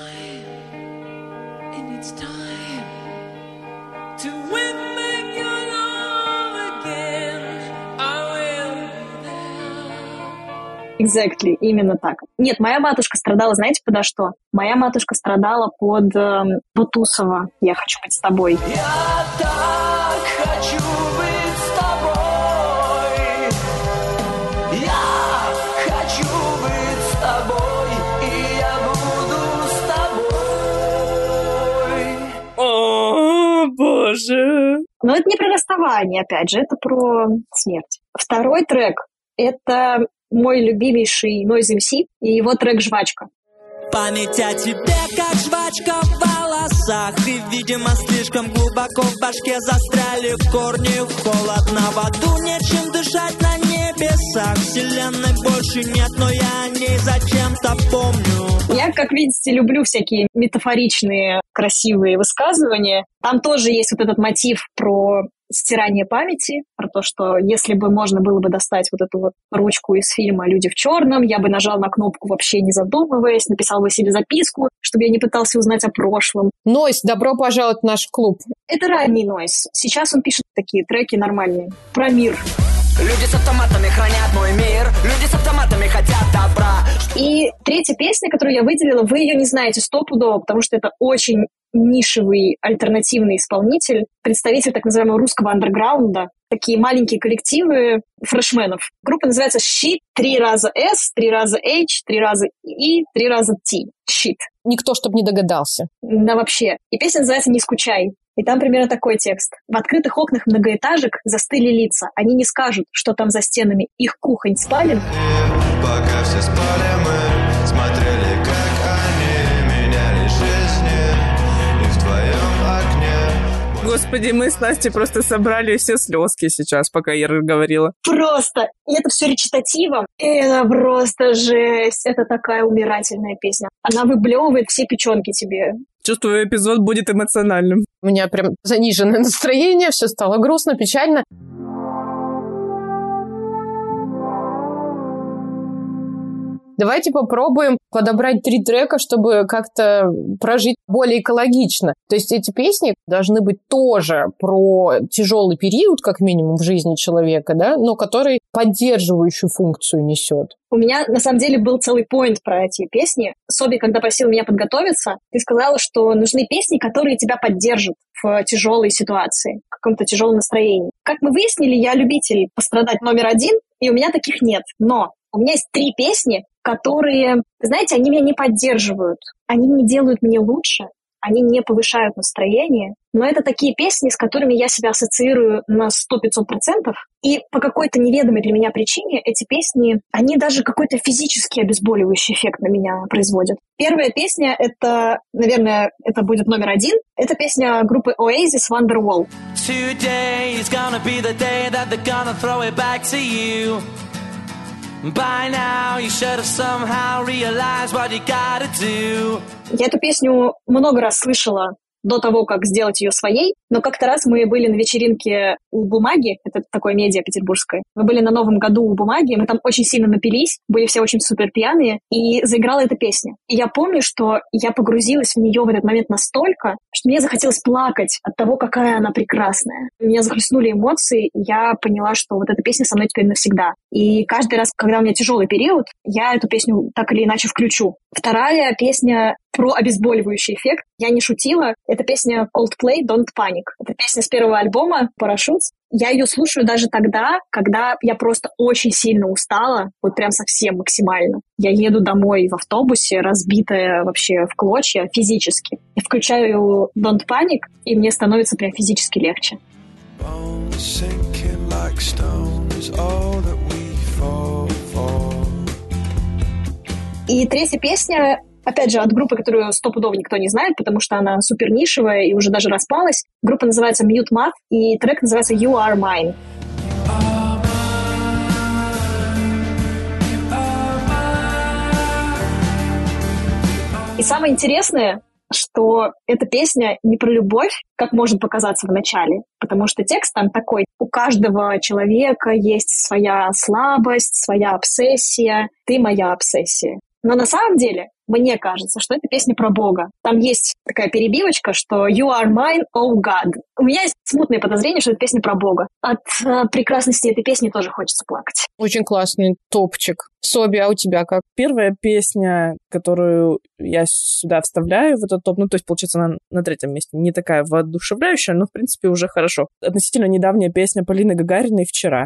Exactly, именно так. Нет, моя матушка страдала, знаете, подо что? Моя матушка страдала под э, Бутусова «Я хочу быть с тобой». Я так хочу быть с тобой. Я хочу быть с тобой, и я буду с тобой. О, боже. Но это не про расставание, опять же, это про смерть. Второй трек — это мой любимейший Noise эм си и его трек «Жвачка». Память о тебе, как жвачка в волосах, и, видимо, слишком глубоко в башке застряли корни. Холодно в аду, нечем дышать на небесах. Вселенной больше нет, но я о ней зачем-то помню. Я, как видите, люблю всякие метафоричные, красивые высказывания. Там тоже есть вот этот мотив про стирание памяти, про то, что если бы можно было бы достать вот эту вот ручку из фильма «Люди в черном», я бы нажал на кнопку вообще не задумываясь, написал бы себе записку, чтобы я не пытался узнать о прошлом. Нойс, добро пожаловать в наш клуб. Это ранний Нойс. Сейчас он пишет такие треки нормальные. Про мир. Люди с автоматами хранят мой мир, люди с автоматами хотят добра. И третья песня, которую я выделила, вы ее не знаете стопудово, потому что это очень нишевый альтернативный исполнитель, представитель так называемого русского андерграунда, такие маленькие коллективы фрешменов. Группа называется Shit, три раза S, три раза H, три раза И, три раза T. Shit. Никто, чтобы не догадался. Да, вообще. И песня называется «Не скучай». И там примерно такой текст. В открытых окнах многоэтажек застыли лица. Они не скажут, что там за стенами их кухонь спален. Пока все спали, мы смотрели, как они Господи, мы с Настей просто собрали все слезки сейчас, пока Ира говорила. Просто! И это все речитативом. И это просто жесть. Это такая умирательная песня. Она выблевывает все печенки тебе. Чувствую, эпизод будет эмоциональным. У меня прям заниженное настроение, все стало грустно, печально. Давайте попробуем подобрать три трека, чтобы как-то прожить более экологично. То есть эти песни должны быть тоже про тяжелый период, как минимум, в жизни человека, да, но который поддерживающую функцию несет. У меня, на самом деле, был целый поинт про эти песни. Соби, когда просила меня подготовиться, ты сказала, что нужны песни, которые тебя поддержат в тяжелой ситуации, в каком-то тяжелом настроении. Как мы выяснили, я любитель пострадать номер один, и у меня таких нет. Но у меня есть три песни, которые, знаете, они меня не поддерживают, они не делают мне лучше, они не повышают настроение, но это такие песни, с которыми я себя ассоциирую на сто-пятьсот процентов, и по какой-то неведомой для меня причине эти песни, они даже какой-то физический обезболивающий эффект на меня производят. Первая песня, это, наверное, это будет номер один, это песня группы Oasis Wonderwall. Today is gonna be the day that they're gonna throw it back to you. By now you should have somehow realized what you gotta do. Я эту песню много раз слышала до того, как сделать ее своей, но как-то раз мы были на вечеринке у Бумаги, это такое медиа петербургское. Мы были на Новом году у Бумаги, мы там очень сильно напились, были все очень супер пьяные, и заиграла эта песня. И я помню, что я погрузилась в нее в этот момент настолько, что мне захотелось плакать от того, какая она прекрасная. Меня захлестнули эмоции, и я поняла, что вот эта песня со мной теперь навсегда. И каждый раз, когда у меня тяжелый период, я эту песню так или иначе включу. Вторая песня про обезболивающий эффект. Я не шутила. Это песня Coldplay «Don't Panic». Это песня с первого альбома «Parachutes». Я ее слушаю даже тогда, когда я просто очень сильно устала, вот прям совсем максимально. Я еду домой в автобусе, разбитая вообще в клочья физически. Я включаю «Don't Panic», и мне становится прям физически легче. И третья песня, опять же, от группы, которую стопудово никто не знает, потому что она супер нишевая и уже даже распалась. Группа называется Mute Math, и трек называется You Are Mine. И самое интересное, что эта песня не про любовь, как может показаться в начале, потому что текст там такой: у каждого человека есть своя слабость, своя обсессия, ты моя обсессия. Но на самом деле, мне кажется, что это песня про Бога. Там есть такая перебивочка, что «You are mine, oh God». У меня есть смутное подозрение, что это песня про Бога. От э, прекрасности этой песни тоже хочется плакать. Очень классный топчик. Соби, а у тебя как? Первая песня, которую я сюда вставляю в этот топ, ну, то есть, получается, она на третьем месте, не такая воодушевляющая, но, в принципе, уже хорошо. Относительно недавняя песня Полины Гагариной «Вчера».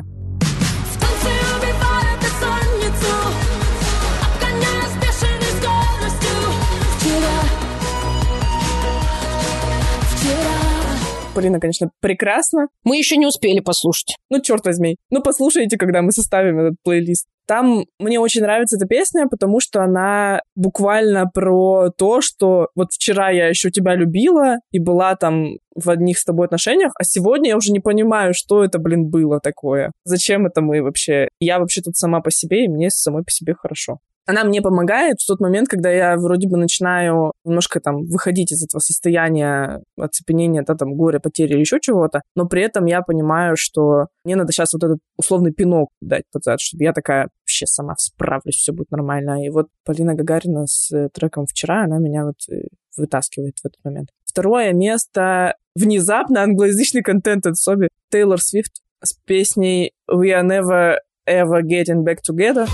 Полина, конечно, прекрасна. Мы еще не успели послушать. Ну, черт возьми. Ну, послушайте, когда мы составим этот плейлист. Там мне очень нравится эта песня, потому что она буквально про то, что вот вчера я еще тебя любила и была там в одних с тобой отношениях, а сегодня я уже не понимаю, что это, блин, было такое. Зачем это мы вообще? Я вообще тут сама по себе, и мне самой по себе хорошо. Она мне помогает в тот момент, когда я вроде бы начинаю немножко там выходить из этого состояния оцепенения, да, там, горя, потери или еще чего-то, но при этом я понимаю, что мне надо сейчас вот этот условный пинок дать под зад, чтобы я такая вообще сама справлюсь, все будет нормально. И вот Полина Гагарина с треком «Вчера», она меня вот вытаскивает в этот момент. Второе место — внезапно англоязычный контент от Соби. Тейлор Свифт с песней «We are never ever getting back together».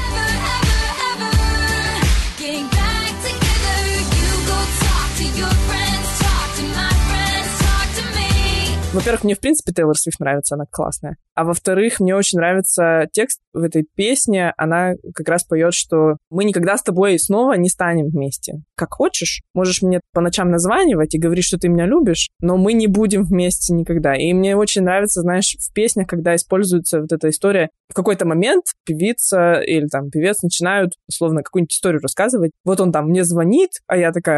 Во-первых, мне, в принципе, Тейлор Свифт нравится, она классная. А во-вторых, мне очень нравится текст в этой песне. Она как раз поет, что мы никогда с тобой снова не станем вместе. Как хочешь, можешь мне по ночам названивать и говорить, что ты меня любишь, но мы не будем вместе никогда. И мне очень нравится, знаешь, в песнях, когда используется вот эта история. В какой-то момент певица или там певец начинают, условно, какую-нибудь историю рассказывать. Вот он там мне звонит, а я такая...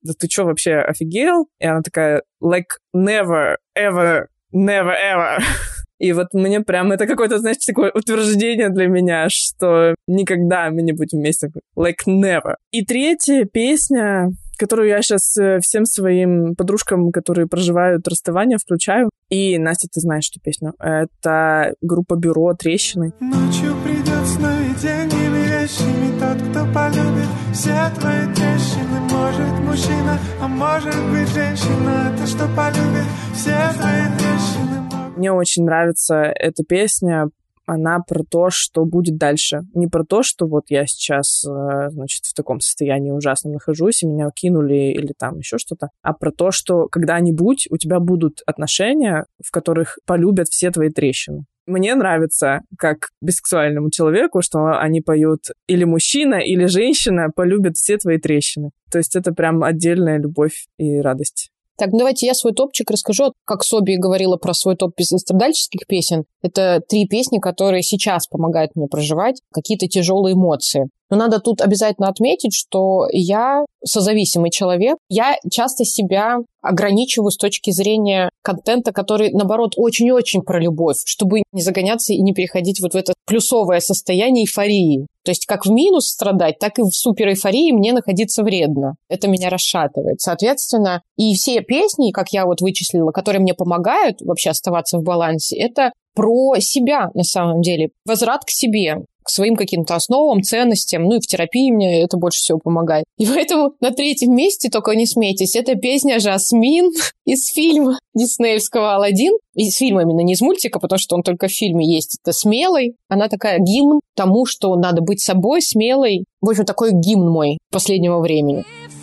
да ты что, вообще офигел? И она такая, like never, ever, never, ever. И вот мне прям, это какое-то, знаешь, такое утверждение для меня, что никогда мы не будем вместе. Like never. И третья песня, которую я сейчас всем своим подружкам, которые проживают расставание, включаю. И, Настя, ты знаешь эту песню. Это группа «Бюро», «Трещины». Ночью придет сновидениями вещами тот, кто полюбит все твои трещины. Может мужчина, а может быть женщина, та, что полюбит все твои трещины. Мне очень нравится эта песня. Она про то, что будет дальше. Не про то, что вот я сейчас, значит, в таком состоянии ужасном нахожусь, и меня кинули или там еще что-то, а про то, что когда-нибудь у тебя будут отношения, в которых полюбят все твои трещины. Мне нравится, как бисексуальному человеку, что они поют или мужчина, или женщина полюбят все твои трещины. То есть это прям отдельная любовь и радость. Так, ну давайте я свой топчик расскажу. Как Соби говорила про свой топ страдальческих песен, это три песни, которые сейчас помогают мне проживать какие-то тяжелые эмоции. Но надо тут обязательно отметить, что я созависимый человек. Я часто себя ограничиваю с точки зрения контента, который, наоборот, очень-очень про любовь, чтобы не загоняться и не переходить вот в это плюсовое состояние эйфории. То есть как в минус страдать, так и в суперэйфории мне находиться вредно. Это меня расшатывает. Соответственно, и все песни, как я вот вычислила, которые мне помогают вообще оставаться в балансе, это про себя на самом деле. Возврат к себе, к своим каким-то основам, ценностям. Ну и в терапии мне это больше всего помогает. И поэтому на третьем месте, только не смейтесь, это песня «Жасмин» из фильма диснеевского «Аладдин». Из фильма именно, не из мультика, потому что он только в фильме есть. Это «Смелый». Она такая гимн тому, что надо быть собой, смелой. В общем, такой гимн мой последнего времени.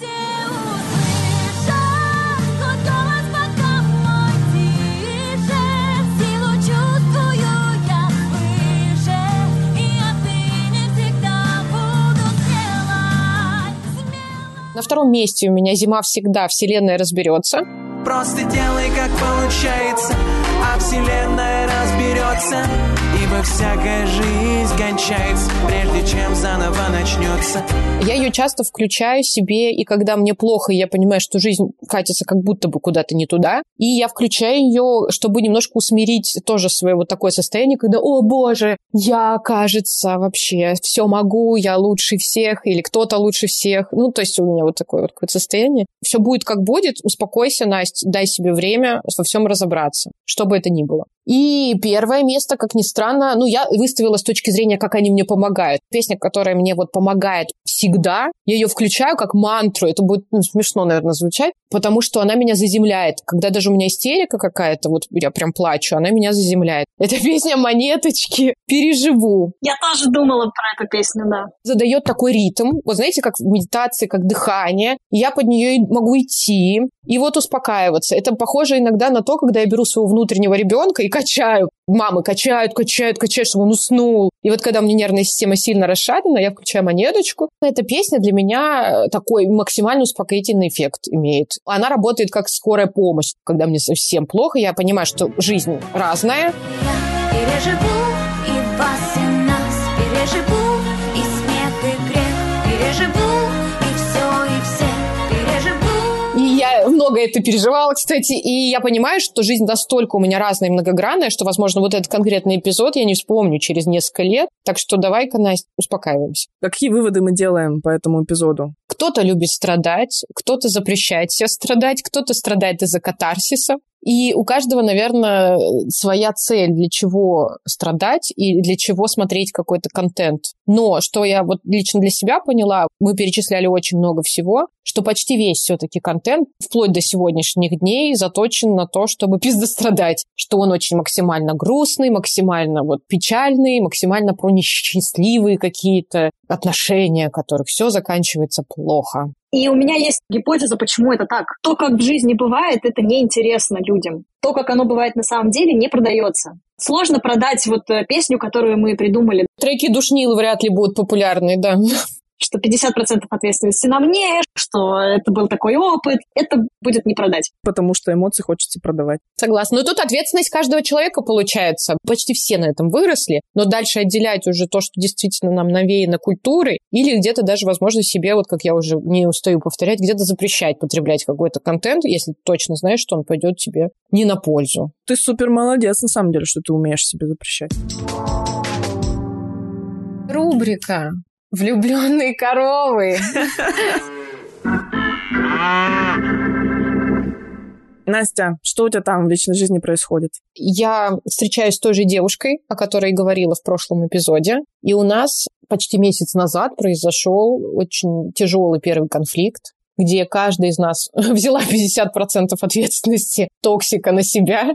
На втором месте у меня «Зима всегда, вселенная разберется». Просто делай, как получается, а вселенная разберется. Ибо всякая жизнь кончается, прежде чем заново начнется. Я ее часто включаю себе, и когда мне плохо, и я понимаю, что жизнь катится как будто бы куда-то не туда, и я включаю ее, чтобы немножко усмирить тоже свое вот такое состояние, когда, о боже, я, кажется, вообще все могу, я лучше всех, или кто-то лучше всех. Ну, то есть у меня вот такое вот какое-то состояние. Все будет как будет, успокойся, Настя, дай себе время во всем разобраться, что бы это ни было. И первое место, как ни странно, ну, я выставила с точки зрения, как они мне помогают. Песня, которая мне вот помогает всегда, я ее включаю как мантру. Это будет, ну, смешно, наверное, звучать, потому что она меня заземляет. Когда даже у меня истерика какая-то, вот я прям плачу, она меня заземляет. Это песня «Монеточки», «Переживу». Я тоже думала про эту песню, да. Задает такой ритм, вот знаете, как в медитации, как дыхание. Я под нее могу идти и вот успокаиваться. Это похоже иногда на то, когда я беру своего внутреннего ребенка и качаю. Мамы качают, качают, качают, чтобы он уснул. И вот когда у меня нервная система сильно расшатана, я включаю «Монеточку». Эта песня для меня такой максимально успокоительный эффект имеет. Она работает как скорая помощь. Когда мне совсем плохо, я понимаю, что жизнь разная. Я переживу и вас, и нас, переживу и смех, и грех, переживу и все, и все, переживу. И я много это переживала, кстати, и я понимаю, что жизнь настолько у меня разная и многогранная, что, возможно, вот этот конкретный эпизод я не вспомню через несколько лет. Так что давай-ка, Настя, успокаиваемся. Какие выводы мы делаем по этому эпизоду? Кто-то любит страдать, кто-то запрещает себе страдать, кто-то страдает из-за катарсиса. И у каждого, наверное, своя цель, для чего страдать и для чего смотреть какой-то контент. Но что я вот лично для себя поняла, мы перечисляли очень много всего, что почти весь все-таки контент, вплоть до сегодняшних дней, заточен на то, чтобы пиздострадать. Что он очень максимально грустный, максимально вот печальный, максимально про несчастливые какие-то отношения, в которых все заканчивается плохо. И у меня есть гипотеза, почему это так. То, как в жизни бывает, это неинтересно людям. То, как оно бывает на самом деле, не продается. Сложно продать вот песню, которую мы придумали. Треки Душнилы вряд ли будут популярны, да. что пятьдесят процентов ответственности на мне, что это был такой опыт, это будет не продать. Потому что эмоции хочется продавать. Согласна. Но тут ответственность каждого человека получается. Почти все на этом выросли, но дальше отделять уже то, что действительно нам навеяно культурой, или где-то даже, возможно, себе, вот как я уже не устаю повторять, где-то запрещать потреблять какой-то контент, если ты точно знаешь, что он пойдет тебе не на пользу. Ты супер молодец, на самом деле, что ты умеешь себе запрещать. Рубрика «Влюбленные коровы». Настя, что у тебя там в личной жизни происходит? Я встречаюсь с той же девушкой, о которой говорила в прошлом эпизоде, и у нас почти месяц назад произошел очень тяжелый первый конфликт, где каждая из нас взяла пятьдесят процентов ответственности токсика на себя.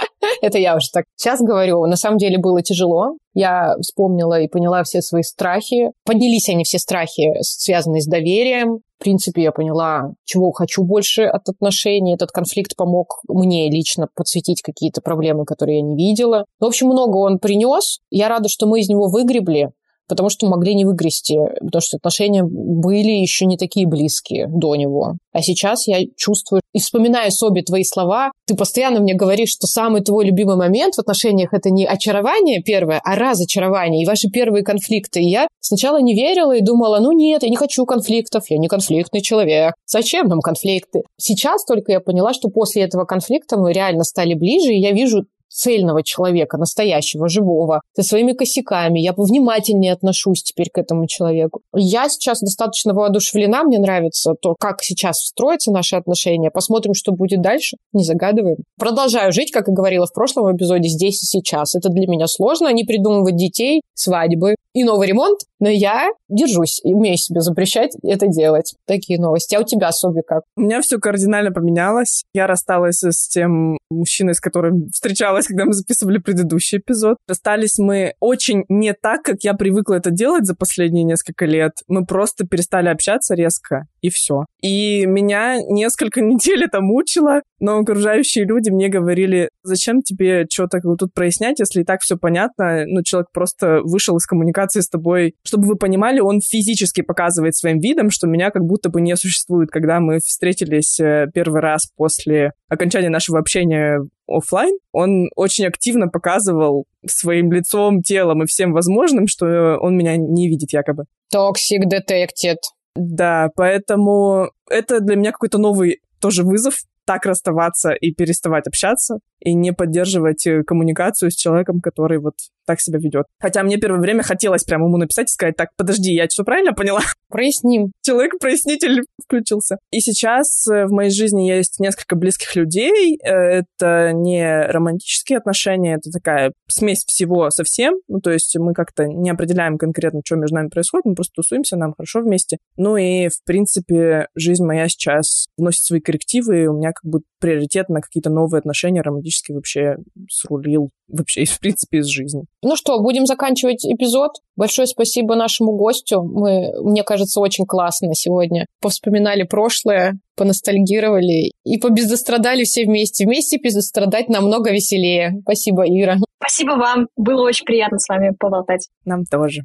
Это я уже так сейчас говорю. На самом деле было тяжело. Я вспомнила и поняла все свои страхи. Поднялись они все страхи, связанные с доверием. В принципе, я поняла, чего хочу больше от отношений. Этот конфликт помог мне лично подсветить какие-то проблемы, которые я не видела. В общем, много он принес. Я рада, что мы из него выгребли, потому что могли не выгрести, потому что отношения были еще не такие близкие до него. А сейчас я чувствую, и вспоминая, Соби, твои слова, ты постоянно мне говоришь, что самый твой любимый момент в отношениях — это не очарование первое, а разочарование, и ваши первые конфликты. И я сначала не верила и думала, ну нет, я не хочу конфликтов, я не конфликтный человек. Зачем нам конфликты? Сейчас только я поняла, что после этого конфликта мы реально стали ближе, и я вижу цельного человека, настоящего, живого, со своими косяками. Я повнимательнее отношусь теперь к этому человеку. Я сейчас достаточно воодушевлена, мне нравится то, как сейчас строятся наши отношения. Посмотрим, что будет дальше, не загадываем. Продолжаю жить, как и говорила в прошлом эпизоде, здесь и сейчас. Это для меня сложно, не придумывать детей, свадьбы и новый ремонт, но я держусь и умею себе запрещать это делать. Такие новости. А у тебя, Соби, как? У меня все кардинально поменялось. Я рассталась с тем мужчиной, с которым встречалась, когда мы записывали предыдущий эпизод. Расстались мы очень не так, как я привыкла это делать за последние несколько лет. Мы просто перестали общаться резко, и все. И меня несколько недель это мучило, но окружающие люди мне говорили, зачем тебе что-то тут прояснять, если и так все понятно. Ну, человек просто вышел из коммуникации с тобой. Чтобы вы понимали, он физически показывает своим видом, что меня как будто бы не существует. Когда мы встретились первый раз после окончания нашего общения офлайн, он очень активно показывал своим лицом, телом и всем возможным, что он меня не видит якобы. Toxic detected. Да, поэтому это для меня какой-то новый тоже вызов, так расставаться и переставать общаться, и не поддерживать коммуникацию с человеком, который вот так себя ведет. Хотя мне первое время хотелось прямо ему написать и сказать, так, подожди, я все правильно поняла? Проясним. Человек-прояснитель включился. И сейчас в моей жизни есть несколько близких людей. Это не романтические отношения, это такая смесь всего со всем. Ну, то есть мы как-то не определяем конкретно, что между нами происходит, мы просто тусуемся, нам хорошо вместе. Ну и, в принципе, жизнь моя сейчас вносит свои коррективы, и у меня как бы приоритет на какие-то новые отношения романтические вообще срулил вообще, в принципе, из жизни. Ну что, будем заканчивать эпизод. Большое спасибо нашему гостю. Мы, мне кажется, очень классно сегодня повспоминали прошлое, поностальгировали и побездострадали все вместе. Вместе безострадать намного веселее. Спасибо, Ира. Спасибо вам. Было очень приятно с вами поболтать. Нам тоже.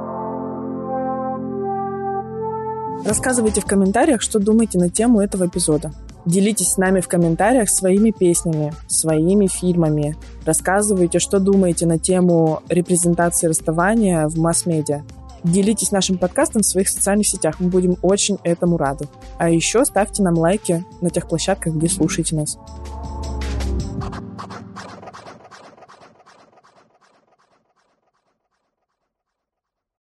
Рассказывайте в комментариях, что думаете на тему этого эпизода. Делитесь с нами в комментариях своими песнями, своими фильмами. Рассказывайте, что думаете на тему репрезентации расставания в масс-медиа. Делитесь нашим подкастом в своих социальных сетях. Мы будем очень этому рады. А еще ставьте нам лайки на тех площадках, где слушаете нас.